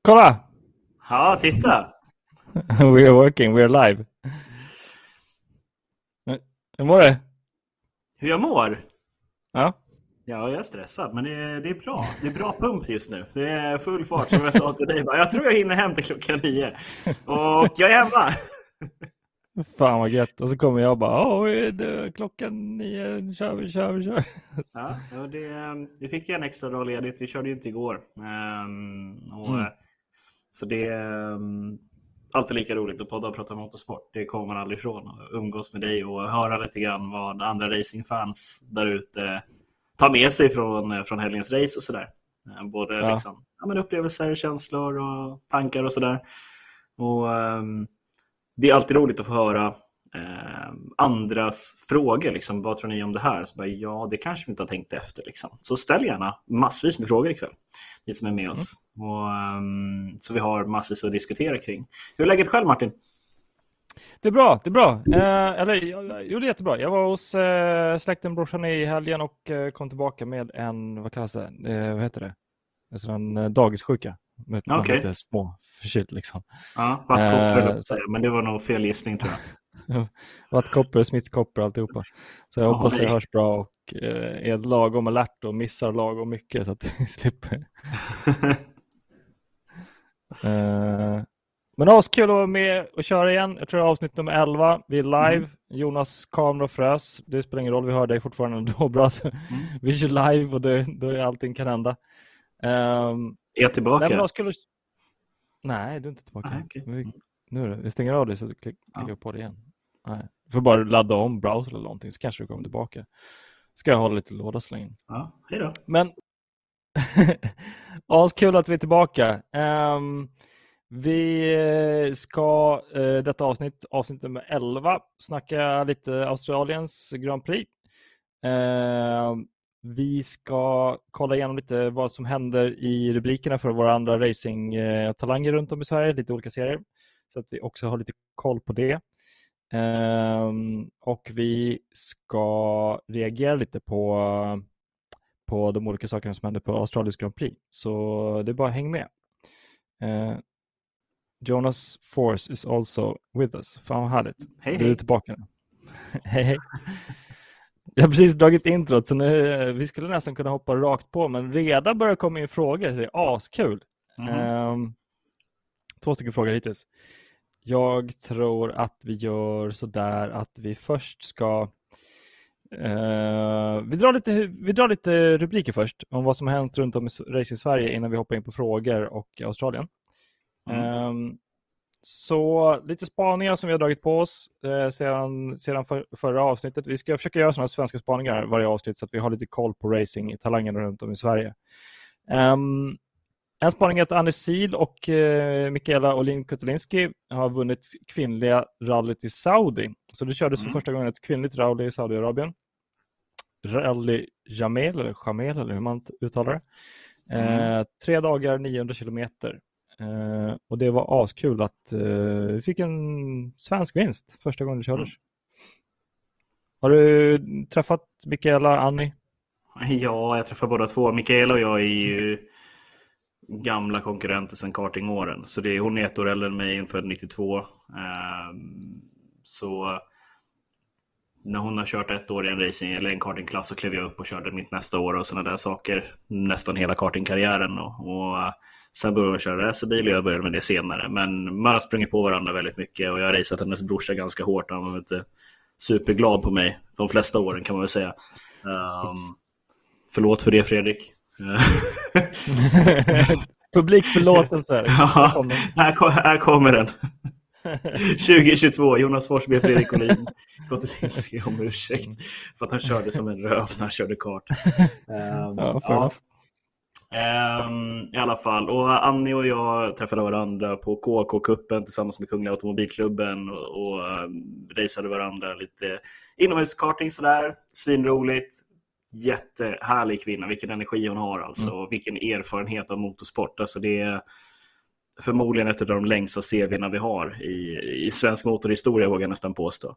Kolla! Ja, titta! We're working, we're live. Hur mår du? Hur jag mår? Ja. Ja, jag är stressad, men det är bra. Det är bra pump just nu. Det är full fart, som jag sa till dig. Jag tror jag hinner hem till klockan 9. Och jag är hemma! Fan vad gött. Och så kommer jag bara, klockan 9, kör vi. Ja, vi fick ju en extra dag ledigt. Vi körde ju inte igår. Så det är alltid lika roligt att podda och prata motorsport. Det kommer man aldrig ifrån. Att umgås med dig och höra lite grann vad andra racingfans där ute tar med sig från helgens race och sådär. Både liksom, upplevelser, känslor och tankar och sådär. Och det är alltid roligt att få höra andras frågor. Liksom, vad tror ni om det här? Så bara, ja, det kanske vi inte har tänkt efter. Liksom. Så ställ gärna massvis med frågor ikväll. Ni som är med oss. Och, så vi har massvis att diskutera kring. Hur är läget själv, Martin? Det är bra. Det är jättebra. Jag var hos släkten brorsan i helgen och kom tillbaka med en, vad kallas det? Vad heter det? En sån dagissjuka. Med lite små förkylt liksom. Ja, vattkoppor, men det var nog fel gissning tror jag. Vattkoppor, smittkoppor, alltihopa. Så jag hoppas det hörs bra och är lagom alert och missar lagom mycket så att vi slipper. Men askul att vara med och köra igen. Jag tror det är avsnitt nummer 11. Vi är live. Jonas kamera frös. Det spelar ingen roll, vi hör dig fortfarande ändå bra. Så vi är live och då är allting kan hända. Är jag tillbaka? Nej, du är inte tillbaka. Okay. Vi stänger av det så klickar jag på det igen. Nej. Du får bara ladda om browser eller någonting så kanske du kommer tillbaka. Ska jag hålla lite låda så länge. Ja, hej då. Men kul att vi är tillbaka. Vi ska detta avsnitt nummer 11 snacka lite Australiens Grand Prix. Vi ska kolla igenom lite vad som händer i rubrikerna för våra andra racing-talanger runt om i Sverige, lite olika serier. Så att vi också har lite koll på det. Och vi ska reagera lite på de olika sakerna som händer på Australiens Grand Prix. Så det är bara häng med. Jonas Force is also with us. Fan vad härligt. Hej. Du är tillbaka nu. Hej. Jag har precis dragit introt så nu, vi skulle nästan kunna hoppa rakt på, men redan börjar komma in frågor så det är askul. 2 stycken frågor hittills. Jag tror att vi gör så där att vi först ska vi drar lite rubriker först om vad som har hänt runt om i Racing Sverige innan vi hoppar in på frågor och Australien. Så lite spaningar som vi har dragit på oss sedan förra avsnittet. Vi ska försöka göra sådana svenska spaningar varje avsnitt så att vi har lite koll på racing-talangerna runt om i Sverige. En spaning är att Anne Sil och Mikaela Olin Kutulinski har vunnit kvinnliga rallyt i Saudi. Så det kördes för första gången ett kvinnligt rally i Saudiarabien. Rally Jamel eller hur man uttalar det. 3 dagar, 900 kilometer. Och det var askul att vi fick en svensk vinst första gången det kördes. Har du träffat Mikaela, Annie? Ja, jag träffar båda två. Mikaela och jag är ju gamla konkurrenter sedan kartingåren. Så hon är 1 år äldre än mig, inför 92. Så när hon har kört 1 år i en racing eller en kartingklass så klev jag upp och körde mitt nästa år och sådana där saker. Nästan hela kartingkarriären. Och sen började jag köra racerbil och jag började med det senare. Men man har sprungit på varandra väldigt mycket och jag har raceat hennes brorsa ganska hårt. Han var inte superglad på mig de flesta åren kan man väl säga. Förlåt för det, Fredrik. Publikförlåtelser. Ja, här kommer den. 2022, Jonas Forsberg, Fredrik Olin Kutulinski om ursäkt för att han körde som en röv när han körde kart. I alla fall. Och Annie och jag träffade varandra på KK-kuppen tillsammans med Kungliga Automobilklubben och raceade varandra lite inomhuskarting sådär. Svinroligt. Jättehärlig kvinna, vilken energi hon har alltså, och vilken erfarenhet av motorsport. Alltså det är förmodligen ett av de längsta CV:na vi har i svensk motorhistoria, vågar jag nästan påstå.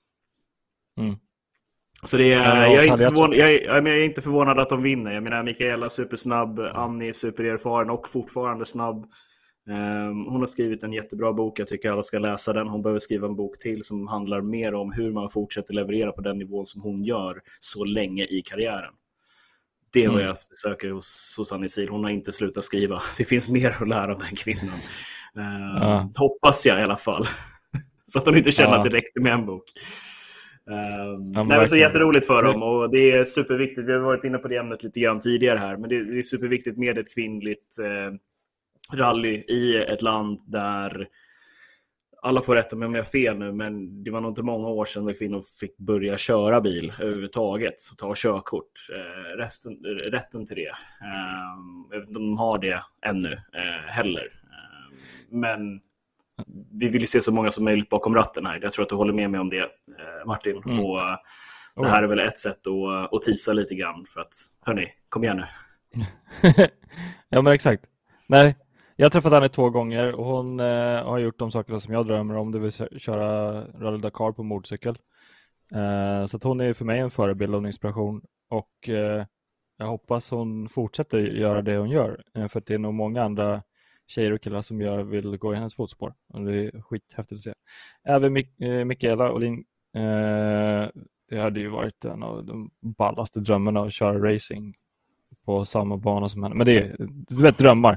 Så det är, jag är inte förvånad att de vinner. Jag menar, Mikaela supersnabb, Annie supererfaren och fortfarande snabb. Hon har skrivit en jättebra bok, jag tycker alla ska läsa den. Hon behöver skriva en bok till som handlar mer om hur man fortsätter leverera på den nivån som hon gör så länge i karriären. Det är vad jag söker hos Susanne Isil. Hon har inte slutat skriva. Det finns mer att lära av den kvinnan. Hoppas jag i alla fall. Så att hon inte känner att det räckte med en bok. Det är så jätteroligt för dem och det är superviktigt. Vi har varit inne på det ämnet lite grann tidigare här, men det är superviktigt med ett kvinnligt rally i ett land där alla får rätta mig om jag har fel nu, men det var nog inte många år sedan när kvinnor fick börja köra bil överhuvudtaget, så ta körkort, rätten till det. Jag vet inte om de har det ännu heller. Men vi vill se så många som möjligt bakom ratten här. Jag tror att du håller med mig om det, Martin. Och det här är väl ett sätt att tisa lite grann för att, hörni, kom igen nu. Ja, men exakt. Nej, jag har träffat henne 2 gånger och hon har gjort de sakerna som jag drömmer om. Det vill köra Rally Dakar på motorcykel. Så att hon är för mig en förebild och en inspiration. Och jag hoppas hon fortsätter göra det hon gör. För att det är nog många andra tjejer och killar som vill gå i hennes fotspår. Och det är skithäftigt att se. Även Mikaela Olin, det hade ju varit en av de ballaste drömmarna att köra racing på samma bana som henne. Men det är, du vet, drömmar.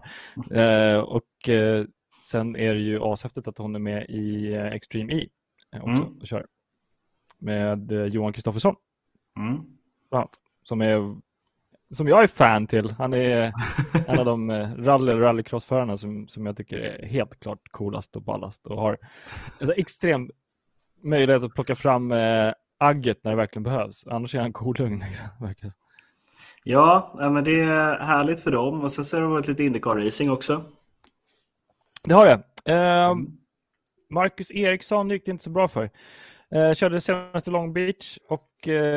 Sen är det ju ashäftigt att hon är med i Extreme E också och kör. Med Johan Kristoffersson. Som jag är fan till. Han är en av de rallycrossförarna som jag tycker är helt klart coolast och ballast. Och har en extrem möjlighet att plocka fram agget när det verkligen behövs. Annars är han cool lugn. Liksom. Ja, men det är härligt för dem. Och så har det varit lite IndyCar-racing också. Det har jag. Marcus Eriksson gick det inte så bra för. Körde senast i Long Beach och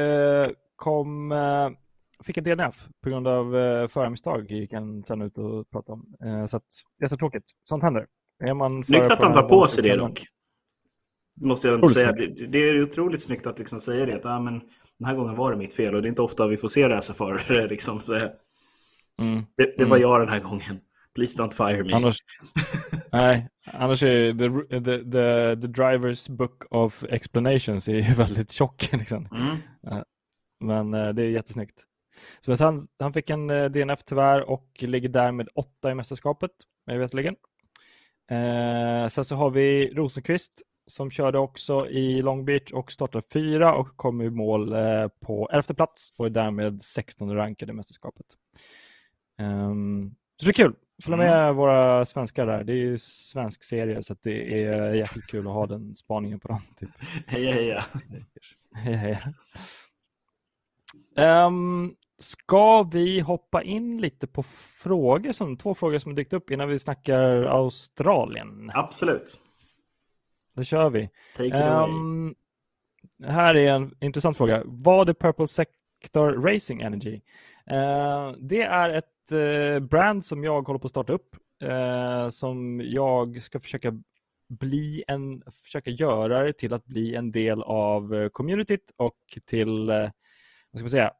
fick en DNF på grund av förarmisstag. Gick han sen ut och pratade om. Så att det är så tråkigt. Sånt händer. Snyggt att han tar på sig det dock. Måste jag säga. Det är otroligt snyggt att liksom säga det. Att, men den här gången var det mitt fel. Och det är inte ofta vi får se det så för liksom. Det var jag den här gången. Please don't fire me. Annars är the driver's book of explanations är ju väldigt tjock. Liksom. Men det är jättesnyggt. Så han fick en DNF tyvärr och ligger därmed 8 i mästerskapet, jag vetligen. Sen så har vi Rosenqvist som körde också i Long Beach och startade 4 och kom i mål på 11:e plats och är därmed 16 rankade i mästerskapet. Så det är kul. Följ med våra svenskar där. Det är ju svensk serie så att det är jäkligt kul att ha den spaningen på dem. Typ. Heja. Heja. Ska vi hoppa in lite på två frågor som har dykt upp innan vi snackar Australien? Absolut. Då kör vi. Take it away. Här är en intressant fråga. Vad är Purple Sector Racing Energy? Det är ett brand som jag håller på att starta upp. Som jag ska försöka göra det till att bli en del av communityt och till vad ska man säga,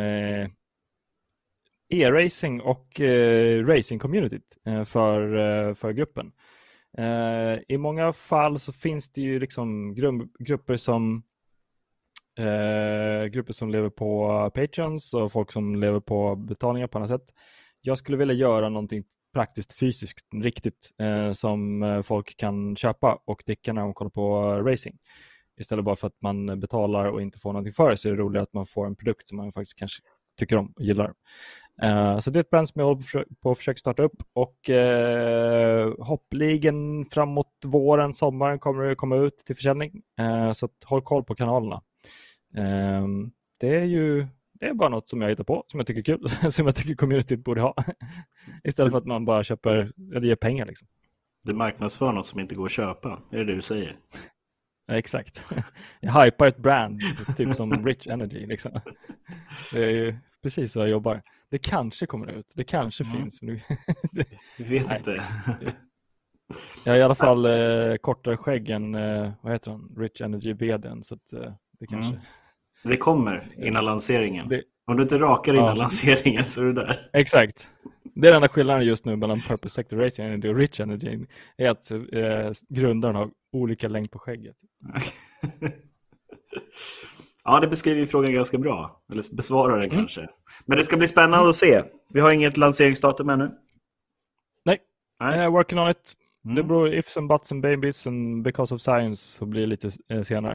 e-racing och racing-communityt för gruppen. I många fall så finns det ju liksom grupper som lever på Patreons och folk som lever på betalningar på annat sätt. Jag skulle vilja göra någonting praktiskt fysiskt riktigt som folk kan köpa och dricka när de kollar på racing. Istället bara för att man betalar och inte får någonting för det, så är det roligt att man får en produkt som man faktiskt kanske tycker om och gillar. Så det är ett brand som jag håller på att försöka starta upp och hoppligen framåt våren, sommaren kommer det komma ut till försäljning. Så att håll koll på kanalerna. Det är bara något som jag hittar på, som jag tycker är kul, som jag tycker communityt borde ha. Istället för att man bara köper eller ger pengar liksom. Du marknadsför något som inte går att köpa, är det du säger? Exakt. Jag hypar ett brand, typ som Rich Energy. Liksom. Det är ju precis så jag jobbar. Det kanske kommer ut, det kanske finns. Men vi vet inte. Jag har i alla fall kortare skägg än, vad heter han? Rich Energy-vdn. Så att, det kanske... Det kommer innan lanseringen. Om du inte rakar innan lanseringen så är du där. Exakt. Det är den enda skillnaden just nu mellan Purple Sector Racing Energy och Rich Energy är att grundaren har olika längd på skägget. Ja, det beskriver ju frågan ganska bra. Eller besvarar den kanske. Men det ska bli spännande att se. Vi har inget lanseringsdatum ännu. Nej. Working on it. Det beror ifs and buts and babies and because of science så blir det lite senare.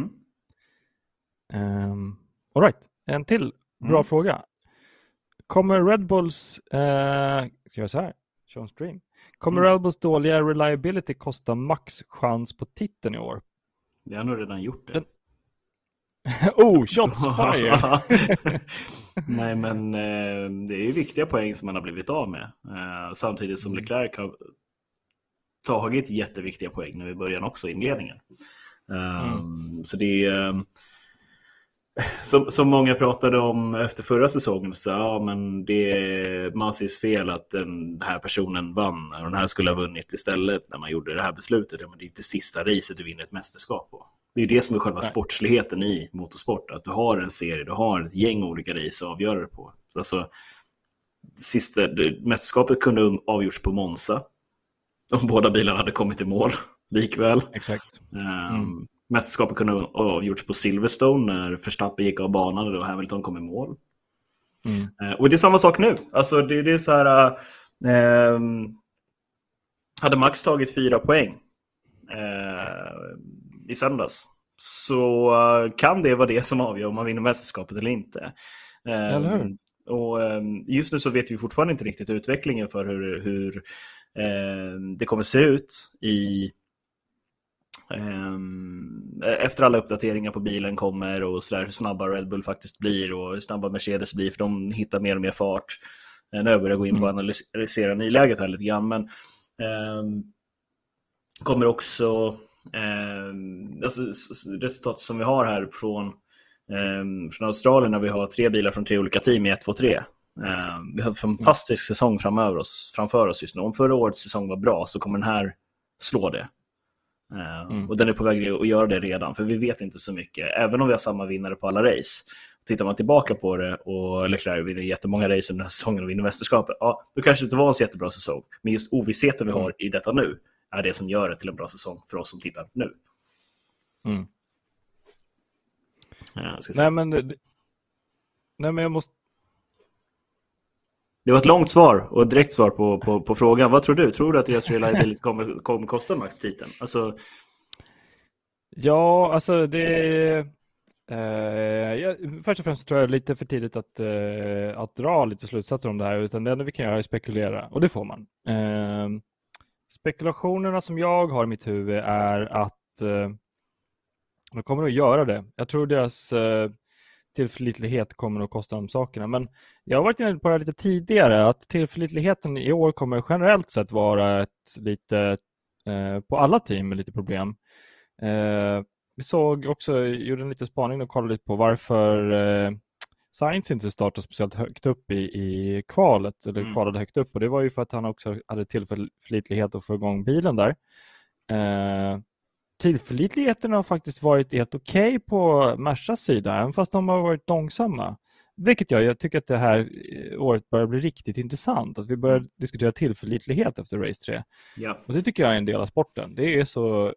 All right. En till bra fråga. Kommer Red Bulls ska jag säga Sean Stream. Kommer Red Bulls dåliga reliability kosta Max chans på titeln i år? Det har nog redan gjort det. Shots fire! Nej, men det är ju viktiga poäng som man har blivit av med. Samtidigt som Leclerc har tagit jätteviktiga poäng när vi börjar också inledningen. Så det är som många pratade om efter förra säsongen, så men det är Masis fel att den här personen vann och den här skulle ha vunnit istället när man gjorde det här beslutet. Men det är inte sista racet du vinner ett mästerskap på. Det är det som är själva sportsligheten i motorsport, att du har en serie, du har ett gäng olika race att avgöra det på. Alltså, mästerskapet kunde avgjorts på Monza om båda bilarna hade kommit i mål likväl. Exakt. Mästerskapet kunde avgjorts på Silverstone när Verstappen gick av banan och Hamilton kom i mål. Och det är samma sak nu. Alltså det är så här, hade Max tagit 4 poäng i söndags, så kan det vara det som avgör om man vinner mästerskapet eller inte. Eller hur? Och just nu så vet vi fortfarande inte riktigt utvecklingen för hur det kommer se ut efter alla uppdateringar på bilen kommer och så där, hur snabba Red Bull faktiskt blir och hur snabba Mercedes blir, för de hittar mer och mer fart. Nu jag börjar gå in på att analysera nyläget här lite grann, men kommer också alltså, resultatet som vi har här från Australien, när vi har 3 bilar från 3 olika team i 1, 2, 3. Vi har en fantastisk säsong framför oss just nu. Om förra årets säsong var bra så kommer den här slå det. Och den är på väg att göra det redan, för vi vet inte så mycket. Även om vi har samma vinnare på alla race, tittar man tillbaka på det och Leclerc vinner jättemånga race under säsongen och vinner mästerskapet, då kanske det inte var en så jättebra säsong. Men just ovissheten vi har i detta nu är det som gör det till en bra säsong för oss som tittar nu. Nej, men jag måste... Det var ett långt svar och ett direkt svar på frågan. Vad tror du? Tror du att deras reliability kommer kosta Max-titeln? Alltså... Ja, alltså det... först och främst tror jag det är lite för tidigt att dra lite slutsatser om det här, utan det enda vi kan göra är spekulera, och det får man. Spekulationerna som jag har i mitt huvud är att de kommer att göra det. Jag tror deras tillförlitlighet kommer att kosta de sakerna, men jag har varit inne på det lite tidigare, att tillförlitligheten i år kommer generellt sett vara på alla team med lite problem. Vi såg också, gjorde en liten spaning och kollade lite på varför Sainz inte startade speciellt högt upp i kvalet, eller kvalade högt upp, och det var ju för att han också hade tillförlitlighet att få igång bilen där. Tillförlitligheten har faktiskt varit helt okej på Mercas sida, även fast de har varit långsamma. Vilket jag tycker att det här året börjar bli riktigt intressant, att vi börjar diskutera tillförlitlighet efter race 3. Ja. Och det tycker jag är en del av sporten. Det är så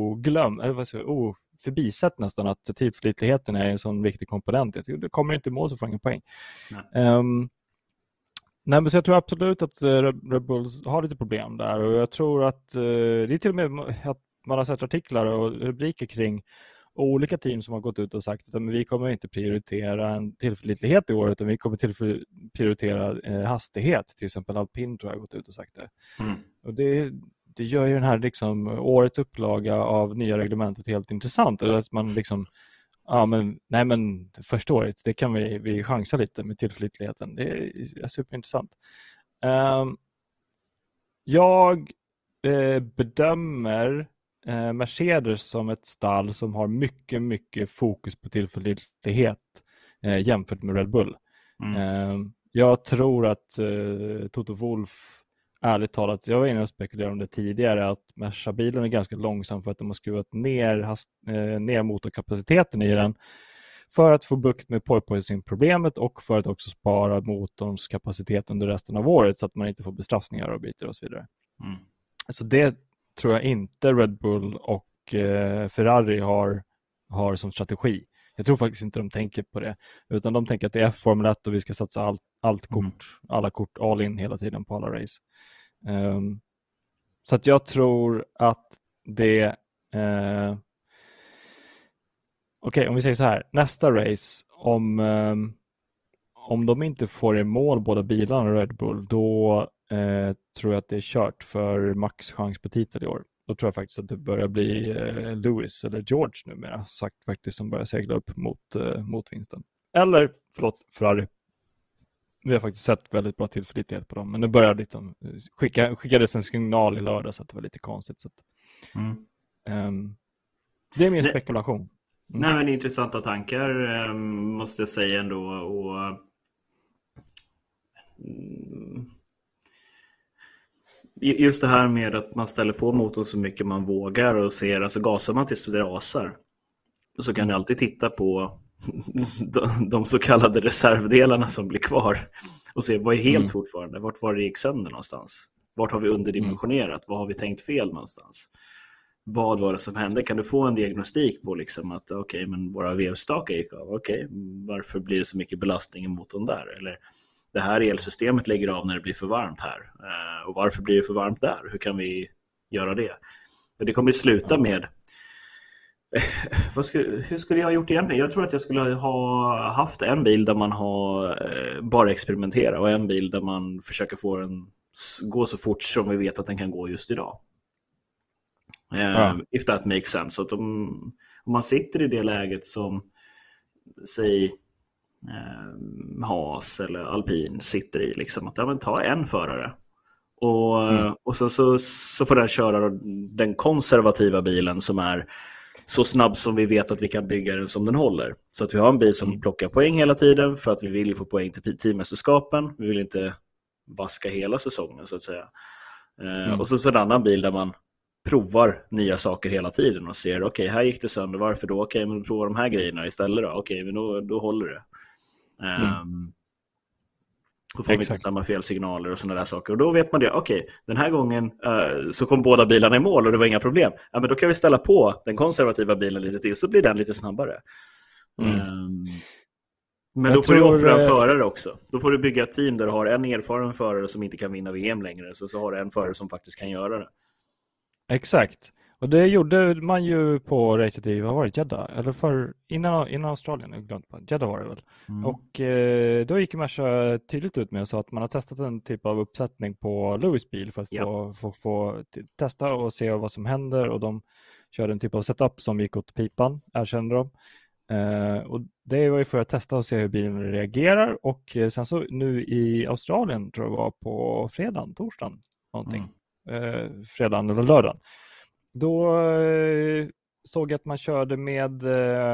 förbisett nästan att tillförlitligheten är en sån viktig komponent. Det kommer inte mål så får ingen poäng. Nej, men så jag tror absolut att Red Bull har lite problem där, och jag tror att det är till och med att man har sett artiklar och rubriker kring olika team som har gått ut och sagt att vi kommer inte prioritera en tillförlitlighet i år, utan vi kommer prioritera hastighet. Till exempel Alpine tror jag har gått ut och sagt det. Och det gör ju den här liksom, årets upplaga av nya reglementet helt intressant. Eller att man liksom, första året, det kan vi chansa lite med tillförlitligheten. Det är superintressant. Jag bedömer Mercedes som ett stall som har mycket, mycket fokus på tillförlitlighet jämfört med Red Bull. Jag tror att Toto Wolff, ärligt talat, jag var inne och spekulerade om det tidigare, att Merca-bilen är ganska långsam för att de har skruvat ner motorkapaciteten i den för att få bukt med porpoising-problemet och för att också spara motorns kapacitet under resten av året så att man inte får bestraffningar och byter och så vidare. Så det tror jag inte Red Bull och Ferrari har som strategi. Jag tror faktiskt inte de tänker på det, utan de tänker att det är Formel 1 och vi ska satsa alla kort all in hela tiden på alla race. Så att jag tror att det okej, om vi säger så här, nästa race, om de inte får i mål båda bilarna och Red Bull, då tror jag att det är kört för Max chans på titel i år. Då tror jag faktiskt att det börjar bli Lewis eller George numera sagt faktiskt som börjar segla upp mot vinsten. Eller, Ferrari. Vi har faktiskt sett väldigt bra tillförlitlighet på dem, men nu börjar liksom skickades en signal i lördag så att det var lite konstigt. Så att, det är min spekulation. Nej, men intressanta tankar måste jag säga ändå. Och just det här med att man ställer på motorn så mycket man vågar och ser, alltså gasar man tills det rasar, så kan du alltid titta på de så kallade reservdelarna som blir kvar och se vad är helt fortfarande, vart var det gick sönder någonstans, vart har vi underdimensionerat, vad har vi tänkt fel någonstans, vad var det som hände, kan du få en diagnostik på liksom att okej, men våra vevstakar gick av, okej, varför blir det så mycket belastning i motorn där, eller det här elsystemet lägger av när det blir för varmt här, och varför blir det för varmt där, hur kan vi göra det, för det kommer att sluta med hur skulle jag ha gjort egentligen? Jag tror att jag skulle ha haft en bil där man har bara experimenterat och en bil där man försöker få den gå så fort som vi vet att den kan gå just idag. If that makes sense. Så att om man sitter i det läget som säg Haas eller Alpin sitter i, liksom att ta en förare och så får den köra den konservativa bilen som är så snabb som vi vet att vi kan bygga den som den håller. Så att vi har en bil som plockar poäng hela tiden för att vi vill få poäng till teammästerskapen. Vi vill inte vaska hela säsongen så att säga. Och så en annan bil där man provar nya saker hela tiden och ser okej, här gick det sönder, varför då? Okej, men prova de här grejerna istället då. Okej, men då håller det. Då får vi inte samma felsignaler och sådana där saker. Och då vet man det, okej, den här gången så kom båda bilarna i mål och det var inga problem. Ja, men då kan vi ställa på den konservativa bilen lite till så blir den lite snabbare. Men då får du offra en förare också. Då får du bygga ett team där du har en erfaren förare som inte kan vinna VM längre. Så har du en förare som faktiskt kan göra det. Exakt. Och det gjorde man ju på racet i, vad var det, Jeddah? Eller innan Australien, jag glömde på. Jeddah var det väl. Och då gick Merca tydligt ut med och sa att man har testat en typ av uppsättning på Lewis bil för att få testa och se vad som händer. Och de körde en typ av setup som gick åt pipan, erkände de. Och det var ju för att testa och se hur bilen reagerar. Och sen så nu i Australien tror jag var på torsdagen någonting. Fredagen eller lördagen. Då såg jag att man körde med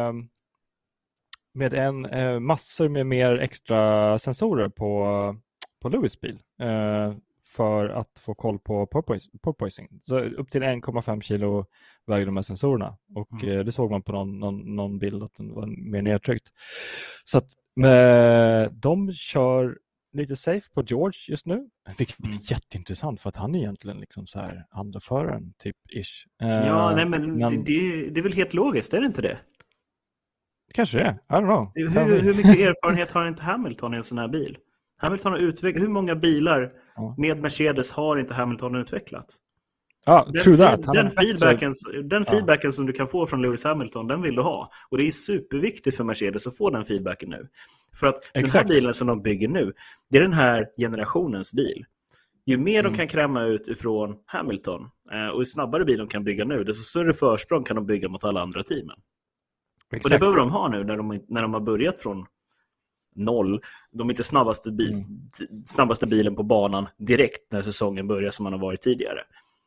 massor med mer extra sensorer på Lewis bil för att få koll på porpoising. Så upp till 1,5 kilo väger de här sensorerna. Och det såg man på någon bild att den var mer nedtryckt. Så att de kör lite safe på George just nu, vilket är jätteintressant för att han är egentligen liksom så här andra föraren typ ish. Ja, nej, men det är väl helt logiskt, är det inte det? Kanske det, I don't know. Hur mycket erfarenhet har inte Hamilton i en sån här bil? Hamilton har utvecklat, hur många bilar med Mercedes har inte Hamilton utvecklat? Ja, den feedbacken som du kan få från Lewis Hamilton, den vill du ha. Och det är superviktigt för Mercedes att få den feedbacken nu. För att den här bilen som de bygger nu, det är den här generationens bil. Ju mer de kan kräma ut ifrån Hamilton och ju snabbare bil de kan bygga nu, desto större försprång kan de bygga mot alla andra teamen. Exakt. Och det behöver de ha nu när de har börjat från noll. De är inte snabbaste bilen på banan direkt när säsongen börjar som man har varit tidigare.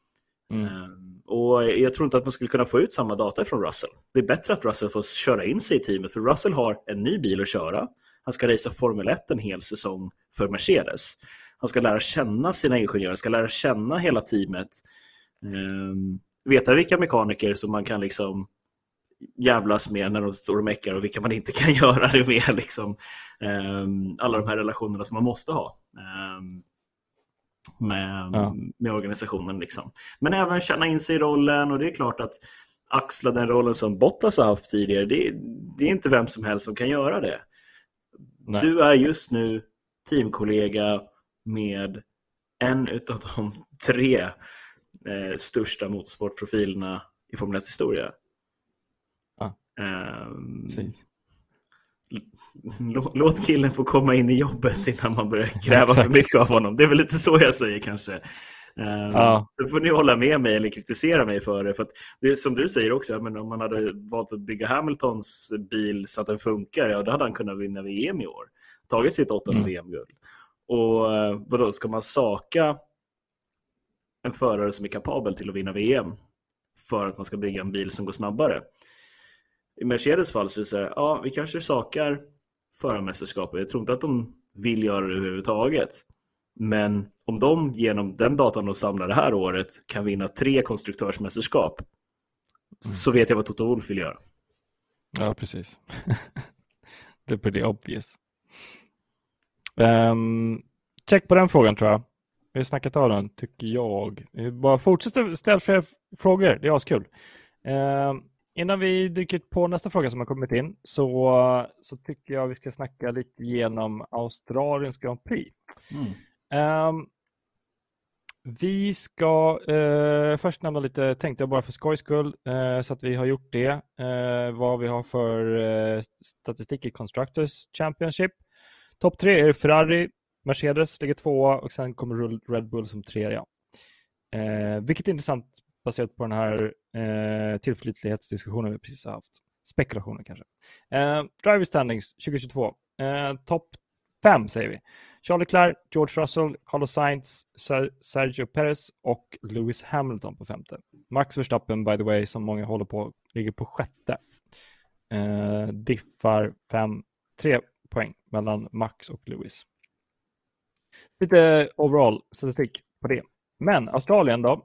Och jag tror inte att man skulle kunna få ut samma data från Russell. Det är bättre att Russell får köra in sig i teamet, för Russell har en ny bil att köra. Han ska racea Formel 1 en hel säsong för Mercedes. Han ska lära känna sina ingenjörer, ska lära känna hela teamet. Veta vilka mekaniker som man kan liksom jävlas med när de står och meckar och vilka man inte kan göra det med liksom. Alla de här relationerna som man måste ha med organisationen liksom. Men även känna in sig i rollen, och det är klart att axla den rollen som Bottas har haft tidigare, det är inte vem som helst som kan göra det. Nej. Du är just nu teamkollega med en utav de 3 största motorsportprofilerna i Formel 1 historia. Låt killen få komma in i jobbet innan man börjar kräva för mycket av honom. Det är väl lite så jag säger kanske. Så får ni hålla med mig eller kritisera mig för det. För att det är som du säger också, men om man hade valt att bygga Hamiltons bil så att den funkar, ja, då hade han kunnat vinna VM i år. Tagit sitt 8:e VM-guld. Och vadå, ska man saka en förare som är kapabel till att vinna VM för att man ska bygga en bil som går snabbare? I Mercedes fall så är det så här, ja, vi kanske sakar förarmästerskapet. Jag tror inte att de vill göra det överhuvudtaget. Men om de genom den datan de samlar det här året kan vinna 3 konstruktörsmästerskap, så vet jag vad Toto Wolff vill göra. Ja, precis. Det är pretty obvious. Check på den frågan, tror jag. Vi har snackat av den, tycker jag. Bara fortsätt ställa fler frågor, det är askul. Innan vi dyker på nästa fråga som har kommit in, så tycker jag vi ska snacka lite genom Australiens Grand Prix. Vi ska först nämna lite, tänkte jag bara för skojs skull, så att vi har gjort det, vad vi har för statistik i Constructors Championship. Topp 3 är Ferrari, Mercedes ligger 2 och sen kommer Red Bull som 3. Vilket är intressant baserat på den här tillförlitlighetsdiskussionen vi precis har haft. Spekulationer kanske. Driver standings 2022. Topp 5 säger vi. Charles Leclerc, George Russell, Carlos Sainz, Sergio Perez och Lewis Hamilton på 5:e. Max Verstappen, by the way, som många håller på, ligger på 6:e. Diffar 3 poäng mellan Max och Lewis. Lite overall statistik på det. Men Australien då.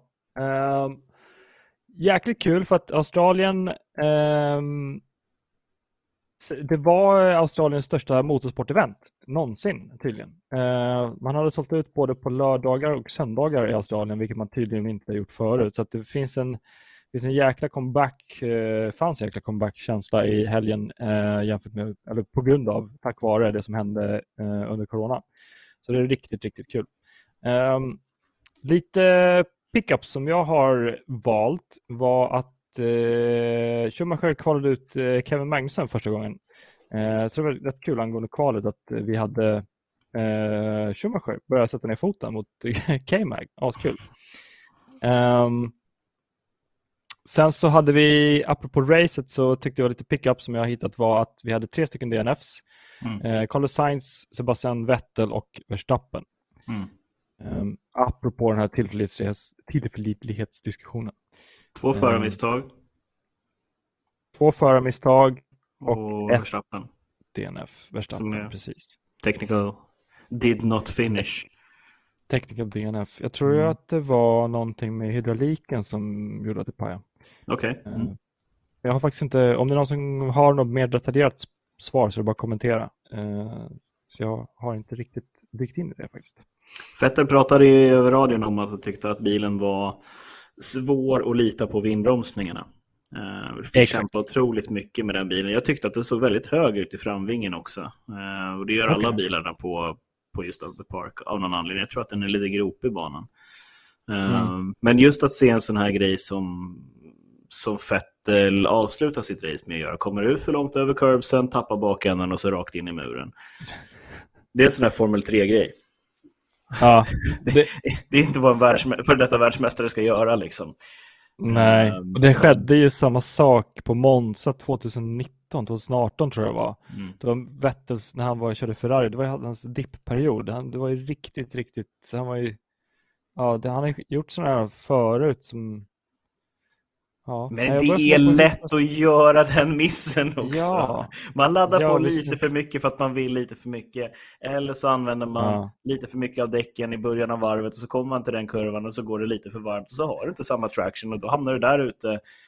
Jäkligt kul för att Australien det var Australiens största motorsportevent någonsin tydligen. Man hade sålt ut både på lördagar och söndagar i Australien, vilket man tydligen inte har gjort förut. Så att det finns en jäkla comeback, fanns en jäkla comeback-känsla i helgen jämfört med, eller på grund av, tack vare det som hände under corona. Så det är riktigt, riktigt kul. Lite pickups som jag har valt var att Schumacher kvalade ut Kevin Magnussen första gången. Så det var rätt kul angående kvalet att vi hade Schumacher börja sätta ner foten mot K-Mag. Askul. Sen så hade vi, apropå racet, så tyckte jag lite pickup som jag har hittat var att vi hade 3 stycken DNFs. Carlos Sainz, Sebastian Vettel och Verstappen. Apropå den här tillförlitlighetsdiskussionen. 2 förarmisstag. 2 förarmisstag och 1 Verstappen. DNF. Verstappen, precis. Technical did not finish. Technical DNF. Jag tror att det var någonting med hydrauliken som gjorde att det pajade. Okej. Jag har faktiskt inte, om det är någon som har något mer detaljerat svar så är det bara att kommentera. Så jag har inte riktigt dykt in i det faktiskt. Vettel pratade ju över radion om att han tyckte att bilen var svår att lita på vindbromsningarna. Fick kämpa otroligt mycket med den bilen. Jag tyckte att den såg väldigt hög ut i framvingen också. Och det gör alla bilarna på just Albert Park av någon anledning. Jag tror att den är lite gropig i banan. Men just att se en sån här grej som Vettel avslutar sitt race med att göra. Kommer ut för långt över curbsen, tappar bakänden och så rakt in i muren. Det är en sån här Formel 3-grej. Ja, det är inte vad för detta världsmästare ska göra liksom. Nej, och det skedde ju samma sak på Monza 2018 tror jag det var. Det var Vettels när han körde Ferrari, det var hans dippperiod. Det var ju riktigt, så han var ju, han har gjort sådana här förut som men det är lätt att göra den missen också. Ja. Man laddar på lite för mycket för att man vill lite för mycket. Eller så använder man lite för mycket av däcken i början av varvet och så kommer man till den kurvan och så går det lite för varmt och så har du inte samma traction och då hamnar du där ute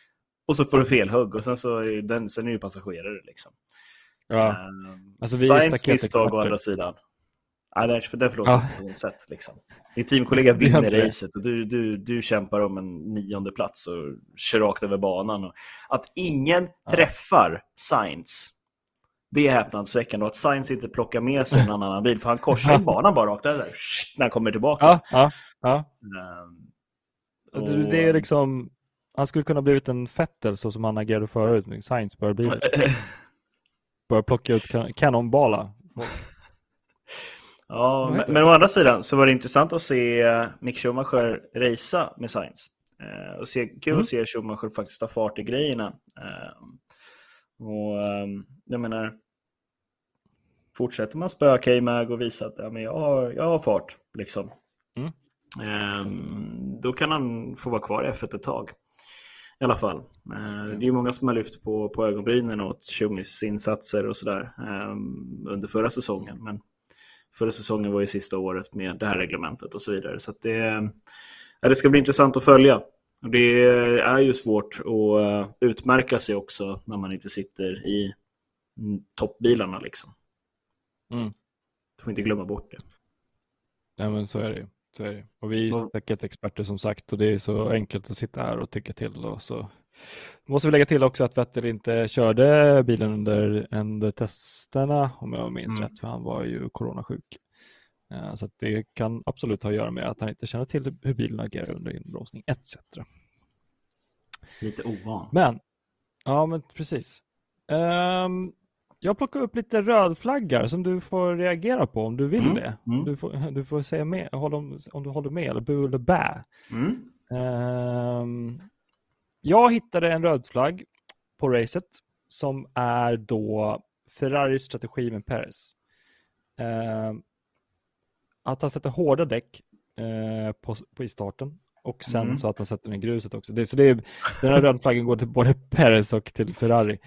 Och så får du fel hugg och sen är det ju passagerare liksom. Ja. Alltså Sainz misstag å andra sidan. Nej, det förlåter inte på något sätt liksom. Din teamkollega vinner racet och du kämpar om en 9:e plats och kör rakt över banan. Och att ingen träffar Sainz, det är häpnadsväckande. Och att Sainz inte plockar med sig en annan bil, för han korsar in banan bara rakt där när han kommer tillbaka. Det är liksom, han skulle kunna blivit en Vettel så som han agerade förut. Sainz börjar plocka ut kanonbala. Ja, men å andra sidan så var det intressant att se Mick Schumacher racea med Sainz. Och kul att se Schumacher faktiskt ta fart i grejerna. Jag menar, fortsätter man spöka i Mag och visa att jag har fart liksom. Då kan han få vara kvar i F1 ett tag. I alla fall. Det är många som har lyft på ögonbrynen åt Schumis insatser och sådär under förra säsongen. Men förra säsongen var ju sista året med det här reglementet och så vidare. Så att det ska bli intressant att följa. Och det är ju svårt att utmärka sig också när man inte sitter i toppbilarna liksom. Du får inte glömma bort det. Ja, men så är det. Och vi är säkert experter som sagt, och det är så enkelt att sitta här och tycka till. Och så måste vi lägga till också att Vettel inte körde bilen under testerna, om jag minns rätt, för han var ju coronasjuk. Så att det kan absolut ha att göra med att han inte känner till hur bilen agerar under inbromsning etc. Lite ovan. Men precis. Jag plockar upp lite rödflaggar som du får reagera på om du vill det. Du får säga med om du håller med, eller bu eller bä. Jag hittade en röd flagg på racet som är då Ferraris strategi med Perez. Att han sätter hårda däck på i starten och sen så att han sätter den i gruset också. Den här röda flaggen går till både Perez och till Ferrari.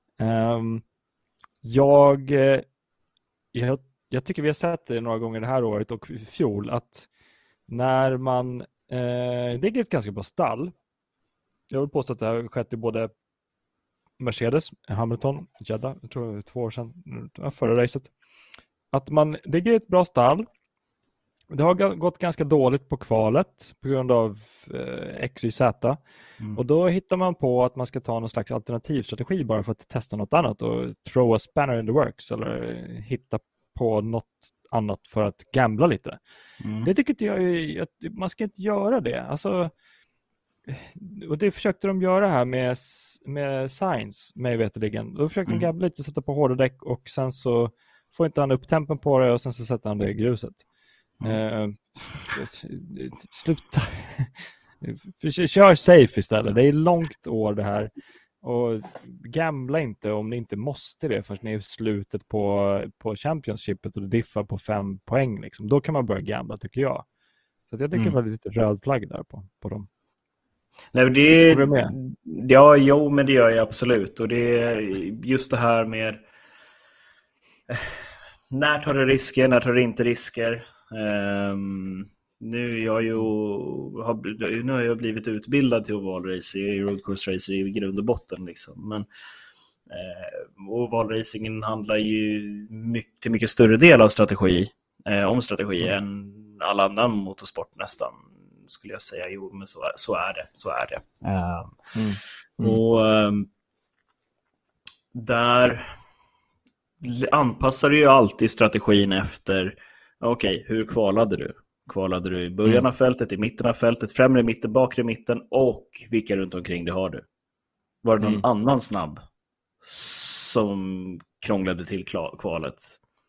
Jag tycker vi har sett det några gånger det här året och i fjol att när man det är ett ganska bra stall. Jag vill påstå att det har skett i både Mercedes, Hamilton, Jeddah, jag tror det var 2 år sedan, förra racet. Att man ligger i ett bra stall. Det har gått ganska dåligt på kvalet på grund av XYZ. Och då hittar man på att man ska ta någon slags alternativstrategi bara för att testa något annat och throw a spanner in the works eller hitta på något annat för att gambla lite. Det tycker inte jag att man ska inte göra det. Alltså, och det försökte de göra här med Sainz, mig veterligen. Då försökte de gambla lite, sätta på hårda däck och sen så får inte han upp tempen på det och sen så sätter han det i gruset. Sluta. Kör safe istället. Det är långt år det här. Och gambla inte om ni inte måste det förrän ni är i slutet på Championshipet och diffar på 5 poäng liksom. Då kan man börja gambla, tycker jag. Så att jag tycker det var lite röd flagg där på dem. Nej, men men det gör jag absolut. Och det är just det här med när tar du risker, när tar du inte risker. Nu har jag blivit utbildad till ovalrace i road course racer i grund och botten liksom. Men ovalracingen handlar ju till mycket större del av strategi än all annan motorsport nästan, skulle jag säga. Jo, men så är det. Och där anpassar du ju alltid strategin efter hur kvalade du? Kvalade du i början av fältet, i mitten av fältet, främre mitten, bakre mitten och vilka runt omkring det har du? Var det någon annan snabb som krånglade till kvalet?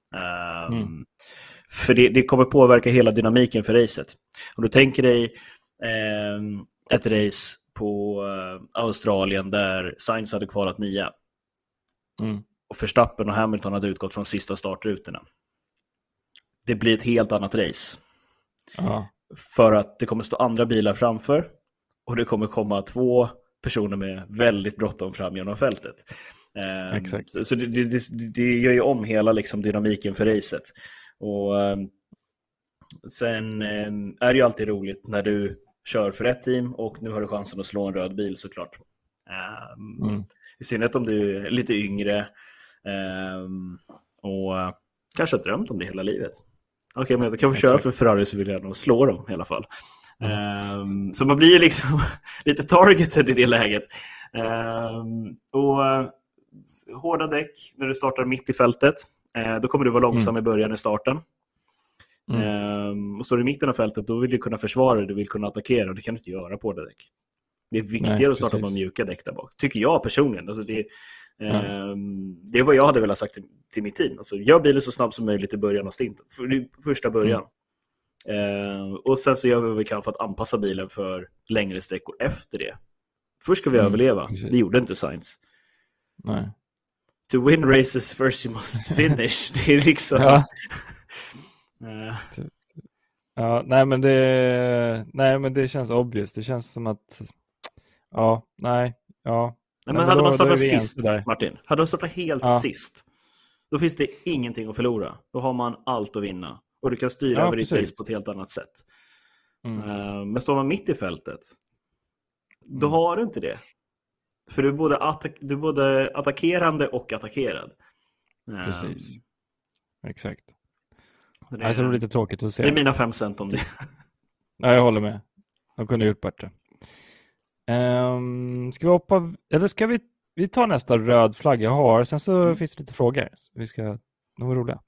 För det kommer påverka hela dynamiken för racet. Om du tänker dig ett race på Australien där Sainz hade kvalat 9 och Verstappen och Hamilton hade utgått från sista startrutorna. Det blir ett helt annat race. För att det kommer stå andra bilar framför och det kommer komma 2 personer med väldigt bråttom fram genom fältet. Exakt. Så det gör ju om hela liksom dynamiken för racet. Och sen är det ju alltid roligt när du kör för ett team och nu har du chansen att slå en röd bil, såklart. I synnerhet om du är lite yngre och kanske har drömt om det hela livet. Okej, men jag kan få köra för Ferrari, så vill jag nog slå dem i alla fall. Så man blir liksom lite targeted i det läget. Och hårda däck när du startar mitt i fältet, då kommer du vara långsam i början i starten. Och så i mitten av fältet, då vill du kunna försvara dig, du vill kunna attackera, och det kan du inte göra på hårda däck. Det är viktigare att starta med mjuka däck där bak, tycker jag personligen. Alltså det är vad jag hade velat sagt till mitt team. Alltså, gör bilen så snabb som möjligt i början av stinten, första början. Och sen så gör vi vad vi kan för att anpassa bilen för längre sträckor efter det. Först ska vi överleva. Det gjorde inte Sainz. Nej. To win races first you must finish. Det är liksom... nej men det känns obvious. Det känns som att Nej, men hade man startat sist, Martin, hade man startat helt sist, då finns det ingenting att förlora. Då har man allt att vinna. Och du kan styra över ditt race på ett helt annat sätt. Men står man mitt i fältet, då har du inte det. För du är både attackerande och attackerad. Precis. Exakt. Det är lite tråkigt att se. Det är mina 5 cent om det. Ja, jag håller med. De kunde gjort bättre. Ska vi hoppa... Eller ska vi tar nästa röd flagga jag har. Sen så finns det lite frågor. De var roliga.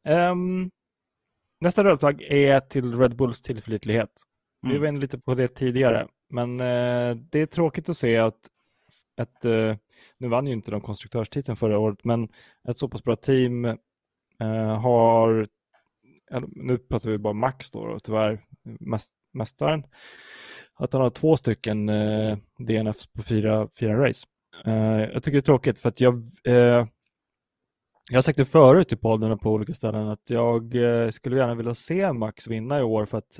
Nästa röd flagg är till Red Bulls tillförlitlighet. Vi var inne lite på det tidigare. Men det är tråkigt att se att nu vann ju inte de konstruktörstiteln förra året, men ett så pass bra team har... Nu pratar vi bara Max då, och tyvärr mästaren, att han har 2 stycken DNFs på 4 race. Jag tycker det är tråkigt, för att jag har sagt det förut i podden på olika ställen, att jag skulle gärna vilja se Max vinna i år, för att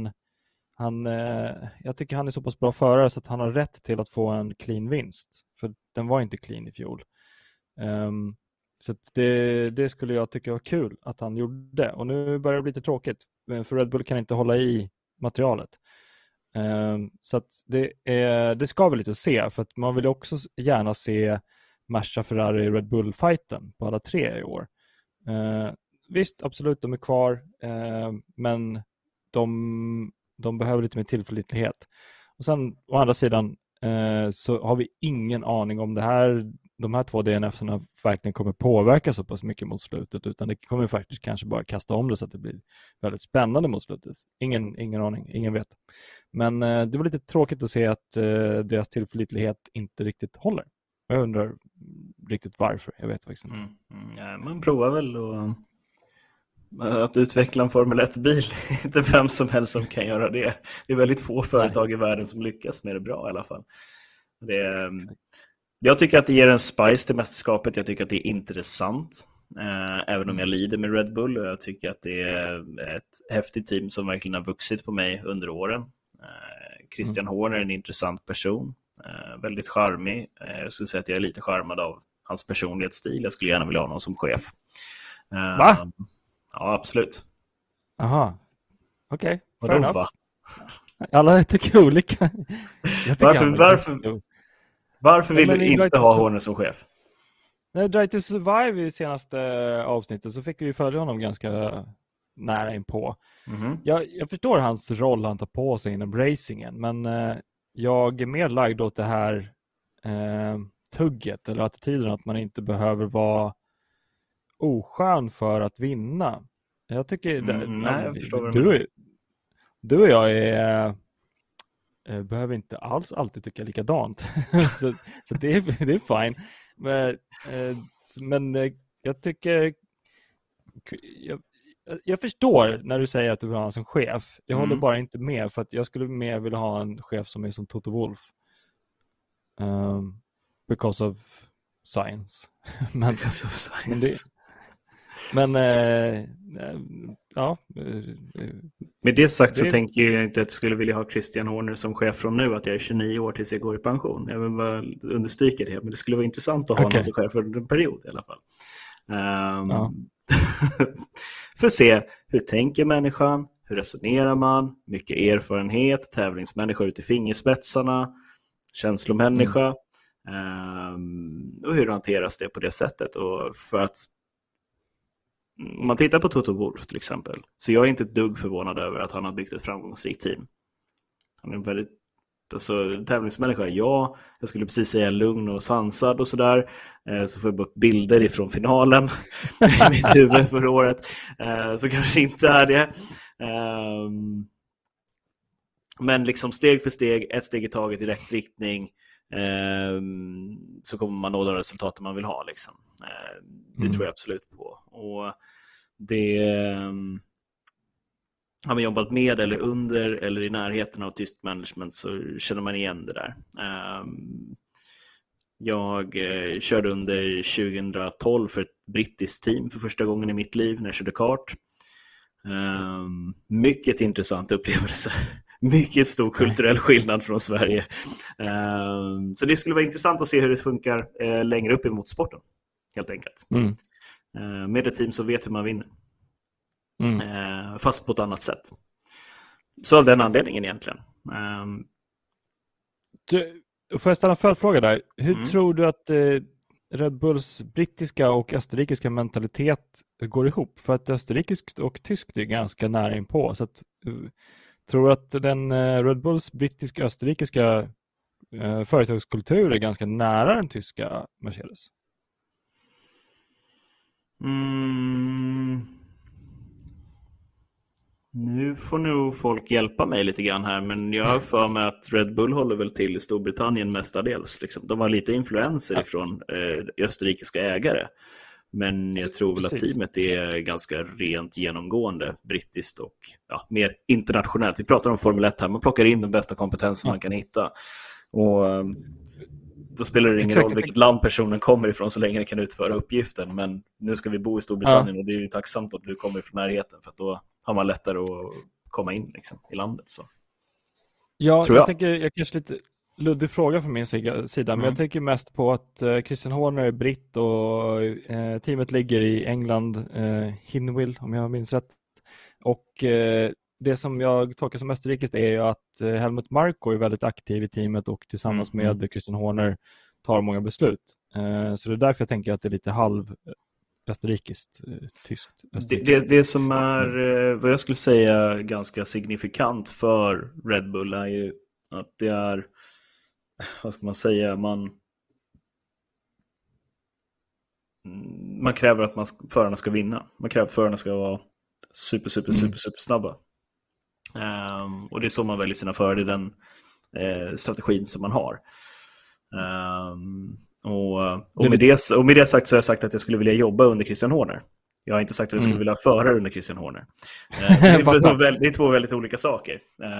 jag tycker han är så pass bra förare så att han har rätt till att få en clean vinst, för den var inte clean i fjol. Så det skulle jag tycka var kul att han gjorde. Och nu börjar det bli lite tråkigt, för Red Bull kan inte hålla i materialet. Så att det ska väl lite att se, för att man vill också gärna se Merca, Ferrari, Red Bull-fighten på alla 3 i år. Visst, absolut, de är kvar, men de behöver lite mer tillförlitlighet. Och sen å andra sidan så har vi ingen aning om de här 2 DNF-erna verkligen kommer påverka så pass mycket mot slutet, utan det kommer faktiskt kanske bara kasta om det så att det blir väldigt spännande mot slutet. Ingen aning, ingen vet. Men det var lite tråkigt att se att deras tillförlitlighet inte riktigt håller. Jag undrar riktigt varför, jag vet faktiskt inte. Man provar väl att utveckla en Formel 1-bil. Inte vem som helst som kan göra det. Det är väldigt få företag i världen som lyckas med det bra i alla fall. Jag tycker att det ger en spice till mästerskapet. Jag tycker att det är intressant. Även om jag lider med Red Bull. Och jag tycker att det är ett häftigt team som verkligen har vuxit på mig under åren. Christian Horner är en intressant person. Väldigt charmig. Jag skulle säga att jag är lite charmad av hans personlighetsstil. Jag skulle gärna vilja ha någon som chef. Va? Ja, absolut. Aha. Okej. Vadå? Alla tycker olika. Varför vill du inte ha Horner som chef? När Drive to Survive i senaste avsnittet så fick vi följa honom ganska nära inpå. Jag förstår hans roll han tar på sig inom racingen, men jag är mer lagd åt det här tugget eller attityden att man inte behöver vara oskön för att vinna. Jag tycker jag förstår du och jag behöver inte alls alltid tycka likadant. så det är fine. Men jag tycker jag förstår när du säger att du vill ha honom som chef. Jag håller bara inte med, för att jag skulle mer vilja ha en chef som är som Toto Wolff. Because of science. Because of science. Ja. Med det sagt så tänker jag inte att jag skulle vilja ha Christian Horner som chef från nu, att jag är 29 år tills jag går i pension. Jag vill bara understryka det, men det skulle vara intressant att ha någon som chef för en period i alla fall. För att se hur tänker människan, hur resonerar man, mycket erfarenhet, tävlingsmänniska ut i fingerspetsarna, känslomänniska. Och hur hanteras det på det sättet? Och för att om man tittar på Toto Wolff till exempel, så jag är inte ett dugg förvånad över att han har byggt ett framgångsrikt team. Han är en väldigt tävlingsmänniska. Jag skulle precis säga lugn och sansad och sådär. Så får jag upp bilder ifrån finalen i mitt huvud förra året. Så kanske inte är det. Men liksom steg för steg, ett steg i taget i rätt riktning, så kommer man nå de resultat man vill ha. Liksom. Det tror jag absolut på. Och det har man jobbat med eller under eller i närheten av tyst management, så känner man igen det där. Jag körde under 2012 för ett brittiskt team för första gången i mitt liv när jag körde kart. Mycket intressant upplevelse. Mycket stor kulturell skillnad från Sverige. Så det skulle vara intressant att se hur det funkar längre upp emot sporten, helt enkelt. Med ett team som vet hur man vinner. Fast på ett annat sätt. Så av den anledningen egentligen. Får jag ställa en följdfråga där? Hur tror du att Red Bulls brittiska och österrikiska mentalitet går ihop? För att österrikiskt och tyskt är ganska nära inpå. Så att, tror du att den Red Bulls brittiska och österrikiska företagskultur är ganska nära den tyska Mercedes? Nu får nog folk hjälpa mig lite grann här, men jag har för mig att Red Bull håller väl till i Storbritannien mestadels. Liksom. De har lite influenser ifrån österrikiska ägare, men jag tror väl att teamet är ganska rent genomgående brittiskt och mer internationellt. Vi pratar om Formel 1 här, man plockar in den bästa kompetensen man kan hitta. Och då spelar det ingen roll vilket land personen kommer ifrån så länge den kan utföra uppgiften. Men nu ska vi bo i Storbritannien och det är ju tacksamt att du kommer från närheten, för att då har man lättare att komma in liksom, i landet. Så. Ja, jag tänker, jag kanske lite luddig fråga från min sida, men jag tänker mest på att Christian Horner är britt och teamet ligger i England, Hinwil om jag minns rätt. Och det som jag tolkar som österrikiskt är ju att Helmut Marko är väldigt aktiv i teamet och tillsammans med Christian Horner tar många beslut. Så det är därför jag tänker att det är lite halv österrikiskt, tyskt. Det som är, vad jag skulle säga, ganska signifikant för Red Bull är ju att det är, vad ska man säga, man kräver att förarna ska vinna. Man kräver att förarna ska vara super snabba. Och det är så man väljer sina förare, i den strategin som man har. Och med det sagt så har jag sagt att jag skulle vilja jobba under Christian Horner. Jag har inte sagt att jag skulle vilja föra under Christian Horner. Det är två väldigt olika saker.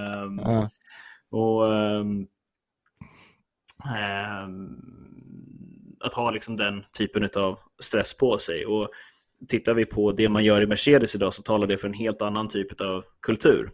Att ha liksom den typen av stress på sig. Och tittar vi på det man gör i Mercedes idag, så talar det för en helt annan typ av kultur.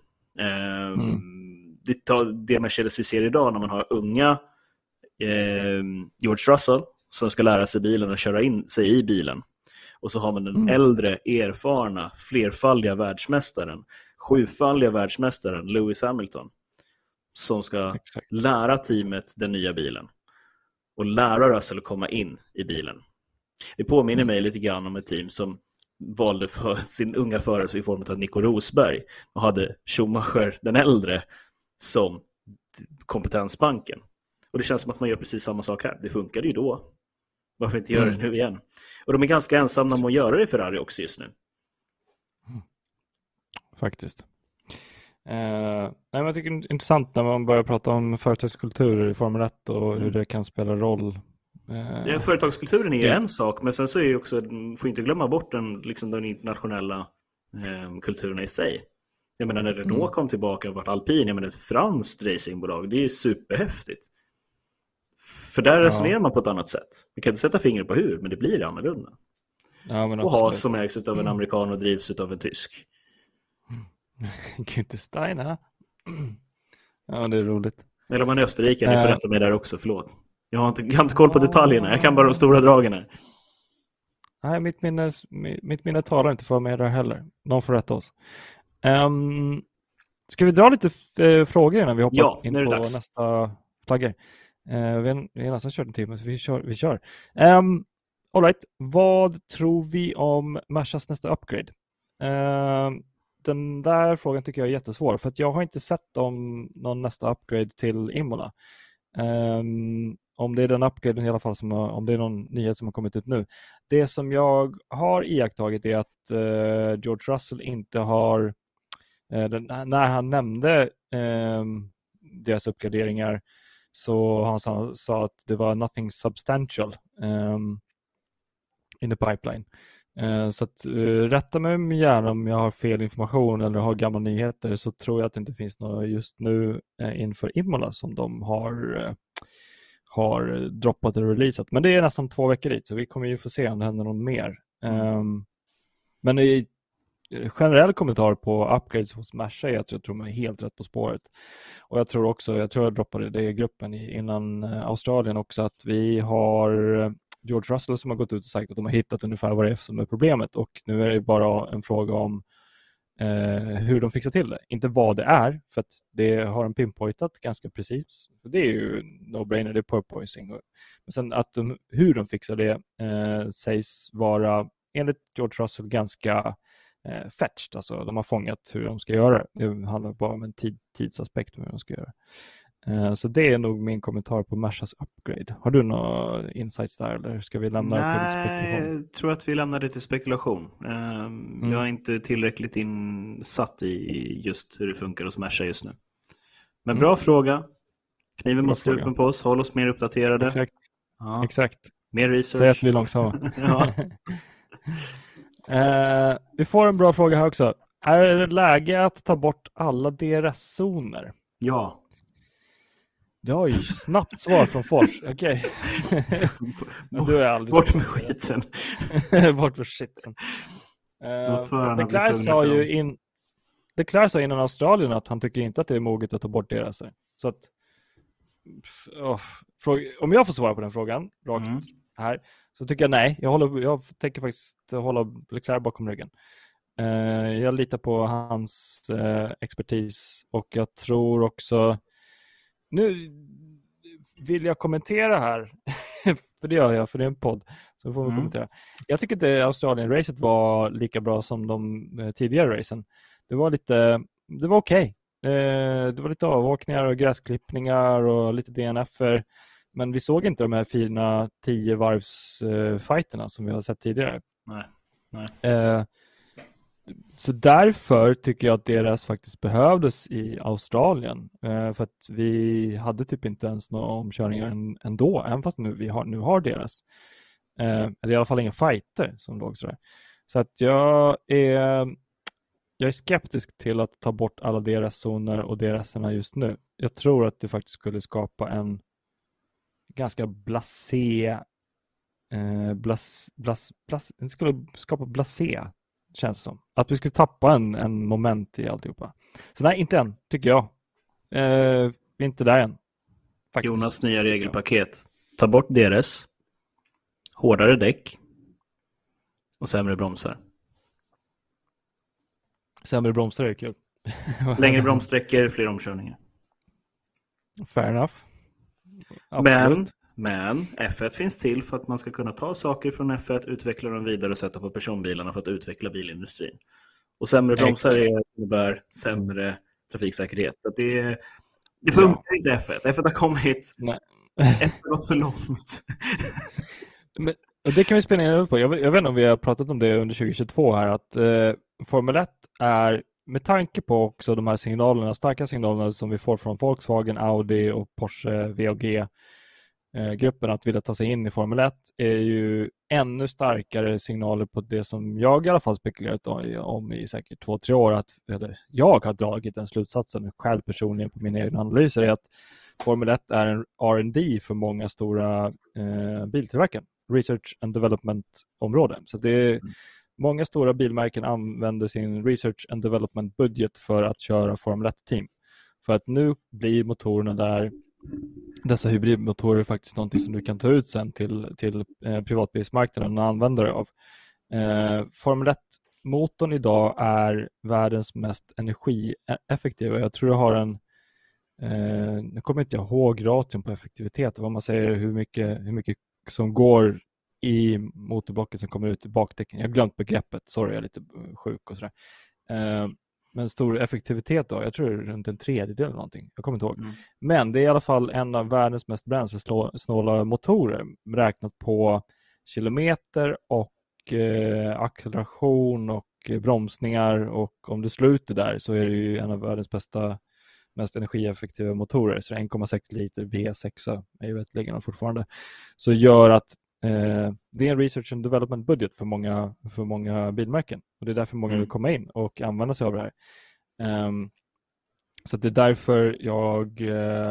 Det Mercedes vi ser idag, när man har unga George Russell som ska lära sig bilen och köra in sig i bilen, och så har man den äldre, erfarna, flerfaldiga världsmästaren, 7-faldiga världsmästaren Lewis Hamilton, som ska lära teamet den nya bilen och lära Russell att komma in i bilen. Det påminner mig lite grann om ett team som valde för sin unga förare i form av Nico Rosberg och hade Schumacher den äldre som kompetensbanken. Och det känns som att man gör precis samma sak här. Det funkade ju då. Varför inte göra det nu igen? Och de är ganska ensamma om att göra det i Ferrari också just nu. Faktiskt. Men jag tycker det är intressant när man börjar prata om företagskulturer i Formel 1 och hur det kan spela roll. Företagskulturen är en sak, men sen så är ju också, får inte glömma bort den internationella kulturen i sig. Jag menar, när Renault kom tillbaka och varit alpin, jag menar ett franskt racingbolag, det är superhäftigt. För där resonerar man på ett annat sätt. Vi kan inte sätta fingret på hur, men det blir annorlunda. Och ha som ägs av en amerikan och drivs av en tysk. Günther Steiner. Ja, det är roligt. Eller om man är österrikare, ni får rätta mig där också, förlåt. Jag har inte koll på detaljerna, jag kan bara de stora dragen här. Nej, mitt minne talar inte för mig där heller. Någon får rätta oss. Ska vi dra lite frågor innan vi hoppar in på nästa flaggor? Vi har nästan kört en timme, så vi kör. All right. Vad tror vi om Mercas nästa upgrade? Den där frågan tycker jag är jättesvår, för att jag har inte sett om någon nästa upgrade till Imola. Om det är den upgraden i alla fall, om det är någon nyhet som har kommit ut nu. Det som jag har iakttagit är att George Russell inte har, när han nämnde deras uppgraderingar, så han sa att det var nothing substantial in the pipeline. Så att rätta mig gärna om jag har fel information eller har gamla nyheter, så tror jag att det inte finns något just nu inför Imola som de har droppat och releasat. Men det är nästan 2 veckor dit, så vi kommer ju få se om det händer något mer. Men i generell kommentar på upgrades hos Merca är att jag tror man är helt rätt på spåret. Och jag tror jag droppade det i gruppen innan Australien också, att vi har George Russell som har gått ut och sagt att de har hittat ungefär vad det är som är problemet, och nu är det bara en fråga om hur de fixar till det. Inte vad det är, för att det har de pinpointat ganska precis. Det är ju no-brainer, det är porpoising. Men sen hur de fixar det sägs vara, enligt George Russell, ganska fetched. Alltså de har fångat hur de ska göra. Det handlar bara om en tidsaspekt med hur de ska göra. Så det är nog min kommentar på Mercas upgrade. Har du några insights där, eller ska vi lämna det till spekulation? Jag tror att vi lämnar det till spekulation. Jag är inte tillräckligt insatt i just hur det funkar hos Merca just nu. Men bra fråga. Kniven mot strupen på oss. Håll oss mer uppdaterade. Exakt. Ja. Exakt. Mer research. Säg att vi är långsamma. Vi får en bra fråga här också. Är det läge att ta bort alla DRS-zoner? Ja. Det har ju snabbt svar från Fors. Okej. Bort med skiten. Bort med skiten. Leclerc sa innan Australien att han tycker inte att det är moget att ta bort deras. Så att om jag får svara på den frågan rakt här, så tycker jag nej. Jag tänker faktiskt hålla Leclerc bakom ryggen. Jag litar på hans expertis, och jag tror också, nu vill jag kommentera här för det gör jag, för det är en podd, så får vi kommentera. Jag tycker inte Australien-racet var lika bra som de tidigare racen. Det var okej. Det var lite avåkningar och gräsklippningar och lite DNF-er, men vi såg inte de här fina 10-varvs-fighterna som vi har sett tidigare. Nej. Så därför tycker jag att deras faktiskt behövdes i Australien. För att vi hade typ inte ens några omkörningar ändå, även fast nu har deras. Eller i alla fall inga fighter som låg sådär. Så att jag är skeptisk till att ta bort alla deras zoner och deras just nu. Jag tror att det faktiskt skulle skapa en ganska blasé känns det som. Att vi skulle tappa en moment i alltihopa. Så nej, inte än, tycker jag. Vi är inte där än. Faktiskt. Jonas nya regelpaket. Ta bort DRS, hårdare däck och sämre bromsar. Sämre bromsar är kul. Längre bromssträckor, fler omkörningar. Fair enough. Men F1 finns till för att man ska kunna ta saker från F1, utveckla dem vidare och sätta på personbilarna för att utveckla bilindustrin. Och sämre bromsar innebär sämre trafiksäkerhet. Så det funkar inte F1. F1 har kommit. F1 har gått för långt. Men det kan vi spela in på. Jag vet inte om vi har pratat om det under 2022 här, att Formel 1 är, med tanke på också de här signalerna, starka signalerna som vi får från Volkswagen, Audi och Porsche, VAG gruppen att vilja ta sig in i Formel 1, är ju ännu starkare signaler på det som jag i alla fall spekulerat om i säkert 2-3 år, jag har dragit den slutsatsen själv personligen på mina egna analyser, är att Formel 1 är en R&D för många stora biltillverkare, research and development områden. Så det är många stora bilmärken använder sin research and development budget för att köra Formel 1-team. För att nu blir motorerna där, dessa hybridmotorer, faktiskt någonting som du kan ta ut sen till privatbilsmarknaden och använda det av. Formel 1-motorn idag är världens mest energieffektiva. Jag tror det har nu kommer inte jag ihåg ration på effektivitet, vad man säger, hur mycket som går i motorblocken som kommer ut i bakdäcken. Jag har glömt begreppet, sorry, jag är lite sjuk och sådär. Men stor effektivitet då, jag tror det är runt en tredjedel eller någonting, jag kommer inte ihåg. Men det är i alla fall en av världens mest bränslesnåla motorer, räknat på kilometer och acceleration och bromsningar, och om du sluter där så är det ju en av världens mest energieffektiva motorer, så 1,6 liter V6 är ju vettligen fortfarande, så gör att det är en research and development budget för många bilmärken, och det är därför många vill komma in och använda sig av det här. Så det är därför jag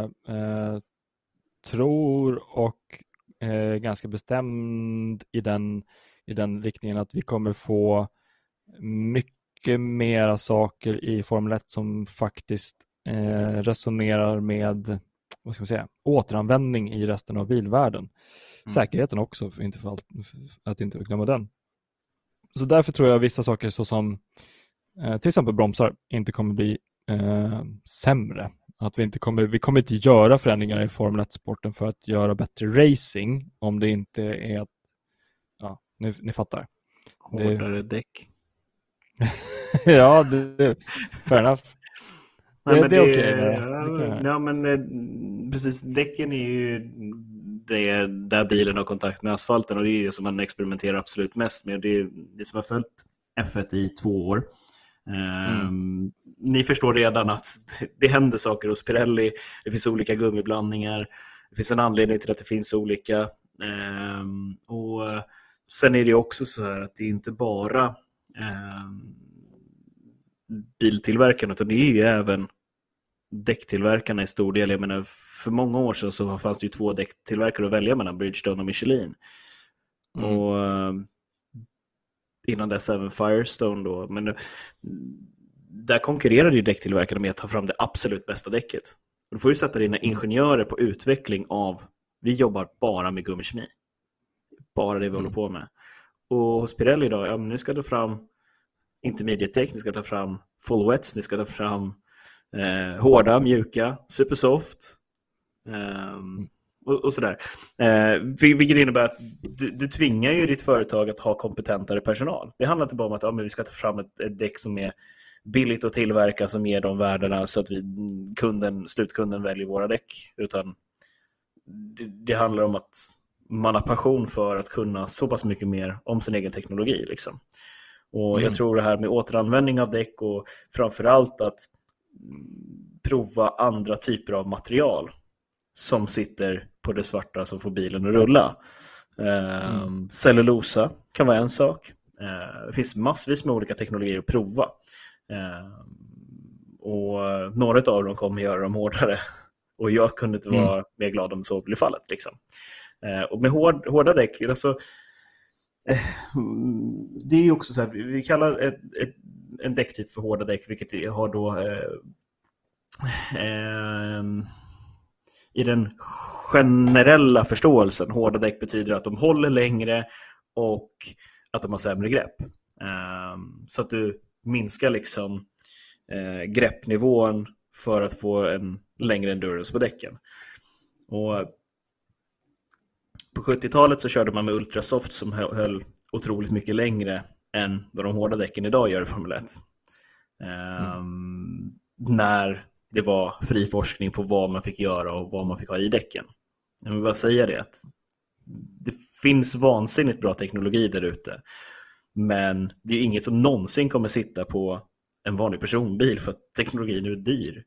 tror och ganska bestämd i den riktningen att vi kommer få mycket mera saker i Formel 1 som faktiskt resonerar med, vad ska man säga, återanvändning i resten av bilvärlden. Säkerheten också, för att inte glömma den. Så därför tror jag vissa saker såsom till exempel bromsar inte kommer bli sämre. Att vi kommer inte göra förändringar i Formel 1-sporten för att göra bättre racing, om det inte är att, ja, ni fattar. Hårdare däck. Ja, fair enough. Det är okej. Ja, men precis, däcken är ju det där bilen har kontakt med asfalten, och det är det som man experimenterar absolut mest med. Det är det som har följt F1 i 2 år. Ni förstår redan att det händer saker hos Pirelli. Det finns olika gummiblandningar. Det finns en anledning till att det finns olika. Och sen är det också så här att det är inte bara biltillverkarna, utan det är ju även däcktillverkarna i stor del. Jag menar, för många år sedan så fanns det ju 2 däcktillverkare att välja mellan, Bridgestone och Michelin. Och innan dess även Firestone då. Men där konkurrerade ju däcktillverkarna med att ta fram det absolut bästa däcket. Och då får du sätta dina ingenjörer på utveckling av, vi jobbar bara med gummikemi. Bara det vi håller på med. Och hos Pirelli idag, ja, men nu ska du fram intermediate-däck, ni ska ta fram full wets, ni ska ta fram hårda, mjuka, supersoft och sådär. Vilket innebär att du tvingar ju ditt företag att ha kompetentare personal. Det handlar inte bara om att men vi ska ta fram ett däck som är billigt att tillverka, som ger de värdena så att slutkunden väljer våra däck, utan det handlar om att man har passion för att kunna så pass mycket mer om sin egen teknologi liksom. Och jag tror det här med återanvändning av däck, och framförallt att prova andra typer av material som sitter på det svarta som får bilen att rulla. Cellulosa kan vara en sak. Det finns massvis med olika teknologier att prova. Och några av dem kommer göra dem hårdare. Och jag kunde inte vara mer glad om så blir fallet. Liksom. Och med hårda däck, alltså, det är ju också så här, vi kallar en däcktyp för hårda däck, vilket har då i den generella förståelsen, hårda däck betyder att de håller längre och att de har sämre grepp. Så att du minskar liksom greppnivån för att få en längre endurance på däcken. Och på 70-talet så körde man med Ultrasoft som höll otroligt mycket längre än vad de hårda däcken idag gör i Formel 1. När det var fri forskning på vad man fick göra och vad man fick ha i däcken. Jag vill bara säga det, att det finns vansinnigt bra teknologi där ute. Men det är inget som någonsin kommer sitta på en vanlig personbil, för att teknologin är dyr.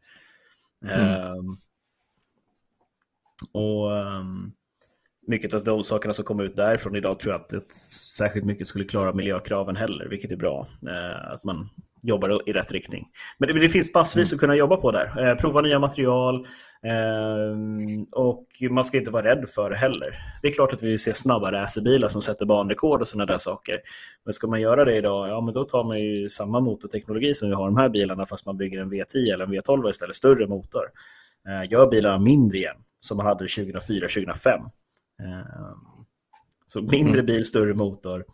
Mycket av de sakerna som kommer ut därifrån idag tror jag att särskilt mycket skulle klara miljökraven heller, vilket är bra. Att man jobbar i rätt riktning. Men det finns passvis att kunna jobba på där. Prova nya material. Och man ska inte vara rädd för det heller. Det är klart att vi vill se snabba racerbilar som sätter banrekord och sådana där saker. Men ska man göra det idag, ja men då tar man ju samma motorteknologi som vi har i de här bilarna, fast man bygger en V10 eller en V12 istället, större motor. Gör bilarna mindre igen, som man hade 2004-2005. Så mindre bil, större motor.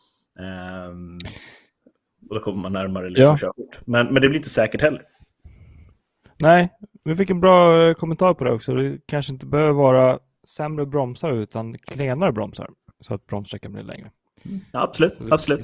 Och då kommer man närmare liksom körkort. Men det blir inte säkert heller. Nej, vi fick en bra kommentar på det också. Det kanske inte behöver vara sämre bromsar utan klenare bromsar så att bromssträckan blir längre. Ja, absolut, absolut.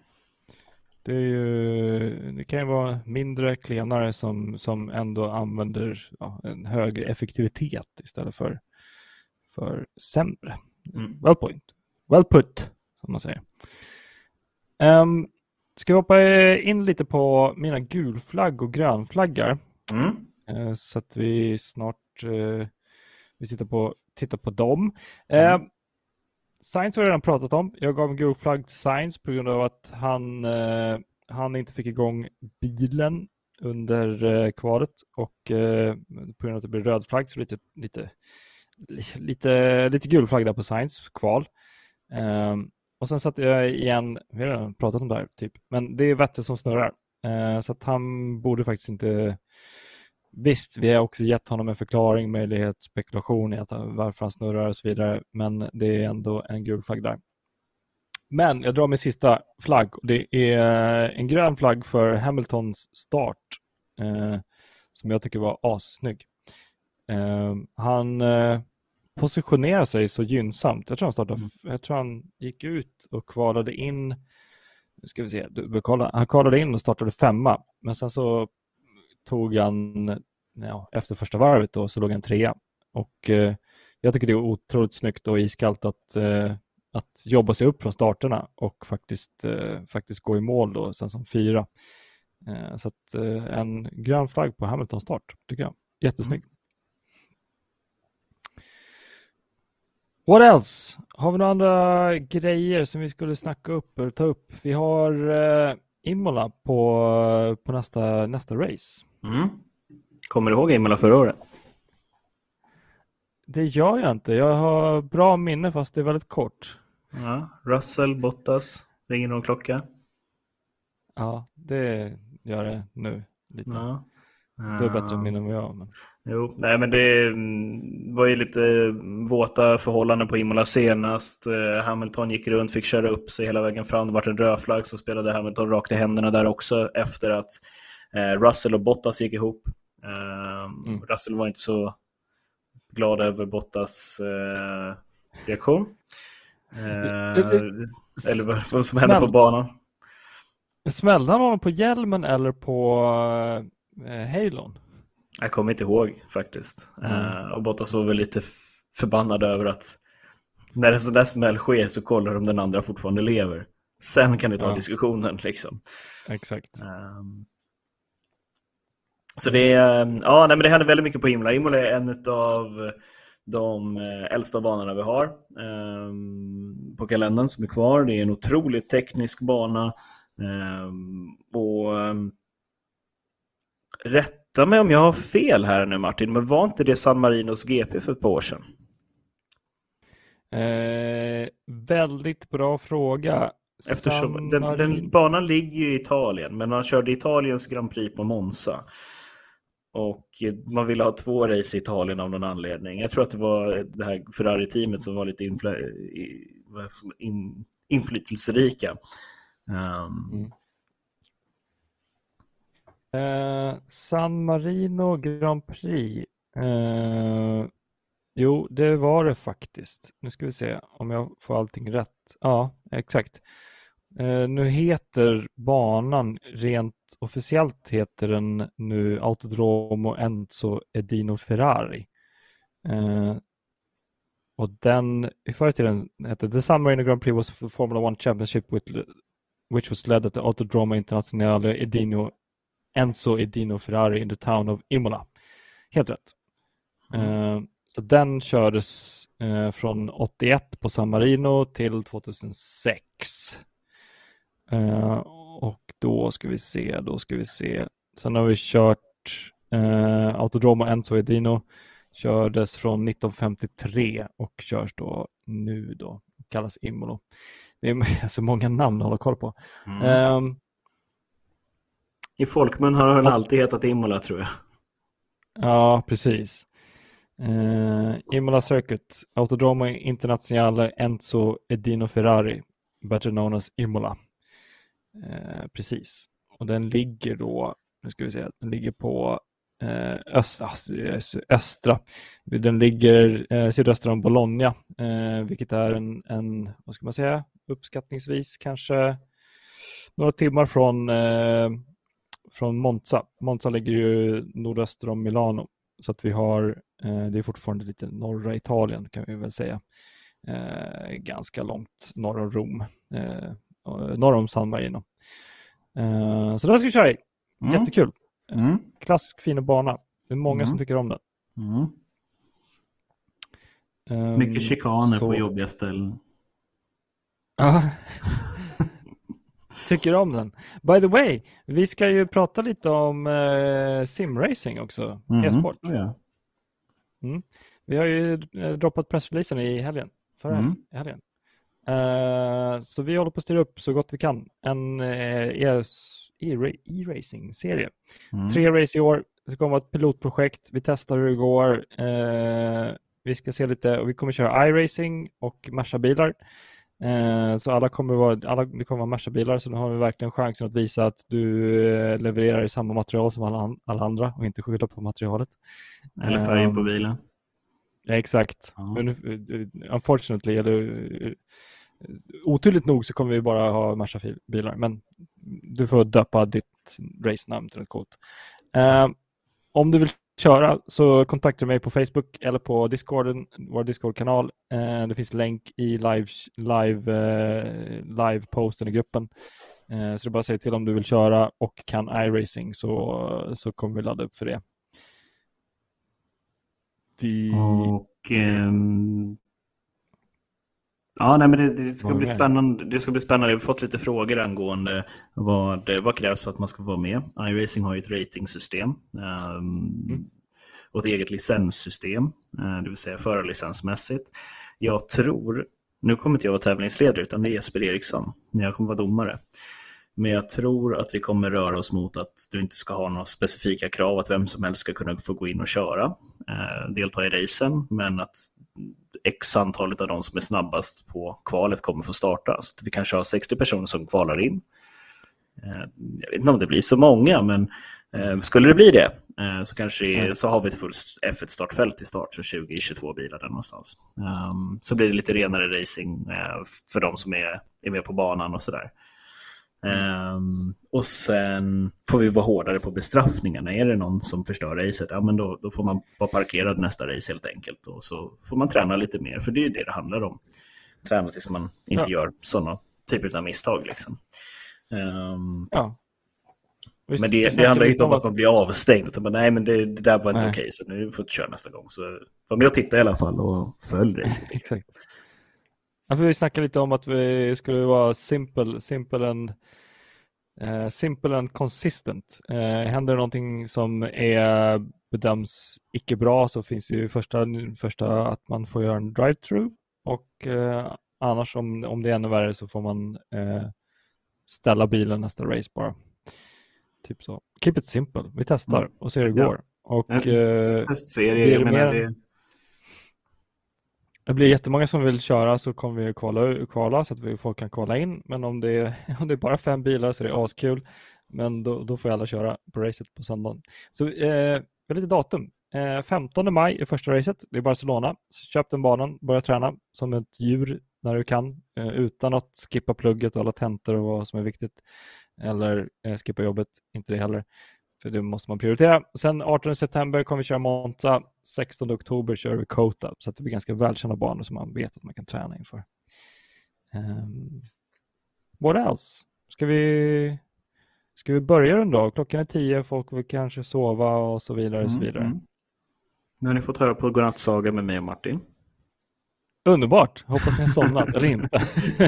Det kan ju vara mindre klenare som ändå använder en högre effektivitet istället för sämre. Well put, som man säger. Ska vi hoppa in lite på mina gulflagg och grönflaggar? Så att vi snart tittar på dem. Sainz har jag redan pratat om. Jag gav en gul flagg till Sainz på grund av att han inte fick igång bilen under kvalet och på grund av att det blev röd flagg så lite gul flagg där på Sainz kval. Och sen satt jag igen, vi har redan pratat om det här typ, men det är Vettel som snurrar. Så att han borde faktiskt inte. Visst, vi har också gett honom en förklaring, möjlighet, spekulation i att varför han snurrar och så vidare. Men det är ändå en gul flagg där. Men jag drar min sista flagg. Det är en grön flagg för Hamiltons start. Som jag tycker var assnygg. Han positionerar sig så gynnsamt. Jag tror han gick ut och kvalade in. Nu ska vi se. Han kvalade in och startade 5:a. Men sen så tog han efter första varvet då, så låg han 3:a. Och jag tycker det är otroligt snyggt och iskallt att jobba sig upp från starterna och faktiskt gå i mål då sen som 4. Så att en grön flagg på Hamiltons start tycker jag. Jättesnygg. What else? Har vi några andra grejer som vi skulle snacka upp eller ta upp? Vi har Imola på nästa race. Kommer du ihåg Imola förra året? Det gör jag inte. Jag har bra minne fast det är väldigt kort. Ja, Russell, Bottas, ringer någon klocka? Ja, det gör det nu lite. Ja. Du har bättre minne än vad jag. Men... Jo, nej men det var ju lite våta förhållanden på Imola senast. Hamilton gick runt, fick köra upp sig hela vägen fram. Det var en röd flagg, så spelade Hamilton rakt i händerna där också efter att Russell och Bottas gick ihop. Russell var inte så glad över Bottas reaktion. Eller vad som hände på banan. Smällde han honom på hjälmen eller på halon? Jag kommer inte ihåg faktiskt. Och Bottas var väl lite förbannad över att när en sån där smäll sker så kollar de den andra fortfarande lever. Sen kan du ta diskussionen liksom. Exakt. Så det men det händer väldigt mycket på Imola. Imola är en av de äldsta banorna vi har på kalendern som är kvar. Det är en otroligt teknisk bana. Och rätta mig om jag har fel här nu, Martin, men var inte det San Marinos GP för ett par år sedan? Väldigt bra fråga. Eftersom den banan ligger ju i Italien, men man körde Italiens Grand Prix på Monza. Och man ville ha 2 race i Italien av någon anledning. Jag tror att det var det här Ferrari-teamet som var lite inflytelserika. San Marino Grand Prix. Jo, det var det faktiskt. Nu ska vi se om jag får allting rätt. Ja, exakt. Nu heter banan, rent officiellt heter den nu Autodromo Enzo Edino Ferrari. Och den i förra tiden hette The San Marino Grand Prix was for Formula 1 Championship which was led at the Autodromo Internazionale Enzo Edino Ferrari in the town of Imola. Helt rätt. Så den kördes från 81 på San Marino till 2006. Och då ska vi se. Sen har vi kört Autodromo Enzo Edino. Kördes från 1953 och körs då nu då. Kallas Imola. Det är så många namn att hålla koll på. I folkmun har den alltid hetat Imola, tror jag. Ja, precis. Imola Circuit, Autodromo Internazionale Enzo Edino Ferrari, better known as Imola. Precis. Och den ligger då, nu ska vi se, den ligger på östra. Den ligger sydöstra om Bologna, vilket är en vad ska man säga, uppskattningsvis kanske några timmar från Monza. Monza ligger ju nordöster om Milano, så att vi har, det är fortfarande lite norra Italien kan vi väl säga. Ganska långt norr om Rom, norr om San Marino. Så där ska vi köra i. Jättekul. Klassisk fin bana. Det är många som tycker om den. Mycket chikaner på jobbiga ställen. Ja. Tycker om den. By the way, vi ska ju prata lite om simracing också. E-sport. Ja. Vi har ju droppat pressreleasen i helgen. Förra helgen. Så vi håller på att styra upp så gott vi kan. En e-racing-serie. 3 race i år. Det kommer vara ett pilotprojekt. Vi testar hur det går. Vi ska se lite, och vi kommer köra iRacing och Merca-bilar. Så det kommer vara Merca-bilar, så nu har vi verkligen chansen att visa att du levererar i samma material som alla andra och inte skylla på materialet. Eller färgen på bilen. Ja, exakt. Men unfortunately, eller otydligt nog, så kommer vi bara ha Merca-bilar, men du får döpa ditt race-namn till ett coolt. Om du vill köra så kontaktar du mig på Facebook eller på Discorden, vår Discord-kanal. Det finns länk i live-posten i gruppen. Så det bara säger till om du vill köra och kan iRacing, så kommer vi ladda upp för det. Men det ska bli spännande. Det ska bli spännande. Jag har fått lite frågor angående vad krävs för att man ska vara med. iRacing har ju ett ratingsystem och ett eget licenssystem, det vill säga förarlicensmässigt. Jag tror, nu kommer inte jag vara tävlingsledare utan det är Jesper Eriksson, jag kommer vara domare. Men jag tror att vi kommer röra oss mot att du inte ska ha några specifika krav att vem som helst ska kunna få gå in och köra, delta i racen, men att x antalet av de som är snabbast på kvalet kommer få starta. Så vi kanske har 60 personer som kvalar in. Jag vet inte om det blir så många, men skulle det bli det så kanske så har vi ett fullt F1-startfält i start, så 20-22 bilar där någonstans. Så blir det lite renare racing för de som är med på banan och sådär. Och sen får vi vara hårdare på bestraffningarna. Är det någon som förstör racet, ja, men då får man vara parkerad nästa race helt enkelt, och så får man träna lite mer, för det är det handlar om. Träna tills man inte gör sådana typer av misstag liksom. Men det handlar inte om att man blir avstängd, utan nej, men det där var inte okej, så nu får du köra nästa gång. Så var med och titta i alla fall och följ racet. Exakt. Ja, för vi snackade lite om att vi skulle vara simple and consistent. Händer det någonting som bedöms icke bra, så finns ju första att man får göra en drive-through, och annars om det är ännu värre så får man ställa bilen nästa race bara. Typ så. Keep it simple. Vi testar och ser hur det går. Och testserie, jag menar det. Det blir jättemånga som vill köra, så kommer vi kvala så att folk kan kvala in. Men om det är bara 5 bilar så är det askul. Men då får alla köra på racet på söndagen. Så lite datum. 15 maj är första racet. Det är Barcelona. Så köp den banan, börja träna som ett djur när du kan. Utan att skippa plugget och alla tentor och vad som är viktigt. Eller skippa jobbet, inte det heller. För det måste man prioritera. Sen 18 september kommer vi köra Monza. 16 oktober kör vi Kota. Så att det blir ganska välkända banor som man vet att man kan träna inför. What else? Ska vi börja den då? Klockan är 10. Folk vill kanske sova och så vidare. Och så vidare. Nu har ni fått höra på Godnattsaga med mig och Martin. Underbart. Hoppas ni har somnat eller inte.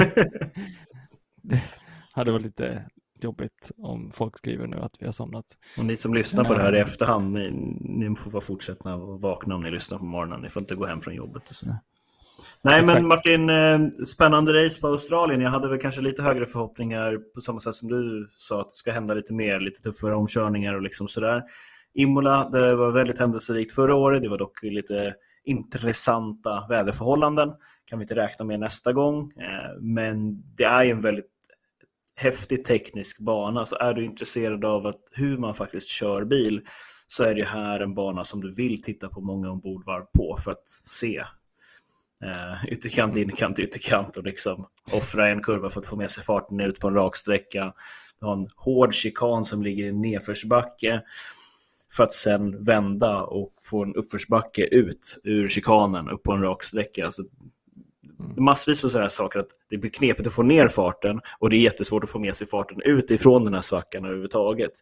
Det hade varit lite jobbigt om folk skriver nu att vi har somnat. Och ni som lyssnar på det här i efterhand, ni får bara fortsätta vakna om ni lyssnar på morgonen. Ni får inte gå hem från jobbet och så. Nej, men Martin, spännande race på Australien. Jag hade väl kanske lite högre förhoppningar på samma sätt som du sa, att det ska hända lite mer, lite tuffare omkörningar och liksom sådär. Imola, det var väldigt händelserikt förra året. Det var dock lite intressanta väderförhållanden. Kan vi inte räkna med nästa gång. Men det är ju en väldigt häftig teknisk bana, så är du intresserad av hur man faktiskt kör bil, så är det här en bana som du vill titta på många ombordvarv på för att se ytterkant, inkant, ytterkant och liksom offra en kurva för att få med sig farten ut på en raksträcka. Du har en hård chikan som ligger i en nedförsbacke för att sen vända och få en uppförsbacke ut ur chikanen upp på en raksträcka. Alltså, massvis med sådana här saker att det blir knepigt att få ner farten och det är jättesvårt att få med sig farten ut ifrån den här svackan överhuvudtaget.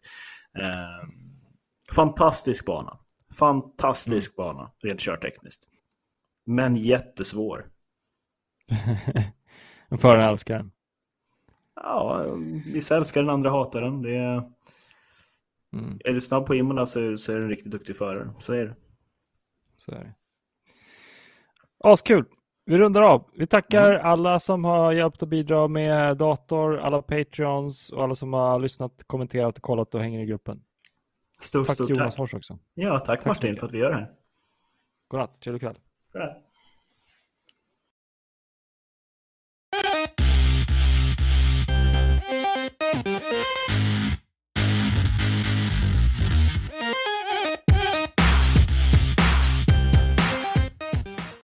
Fantastisk bana rent körtekniskt, men jättesvår. Föraren älskar den. Ja, vissa älskar den, andra hatar den. Det är... Är du snabb på Imola så är du en riktigt duktig förare. Så är det. Så är det. Askul. Vi rundar av. Vi tackar alla som har hjälpt att bidra med dator, alla Patreons och alla som har lyssnat, kommenterat och kollat och hänger i gruppen. Stort Jonas tack. Fors också. Ja, tack Martin för att vi gör det här. Godnatt, trevlig kväll. Godnatt.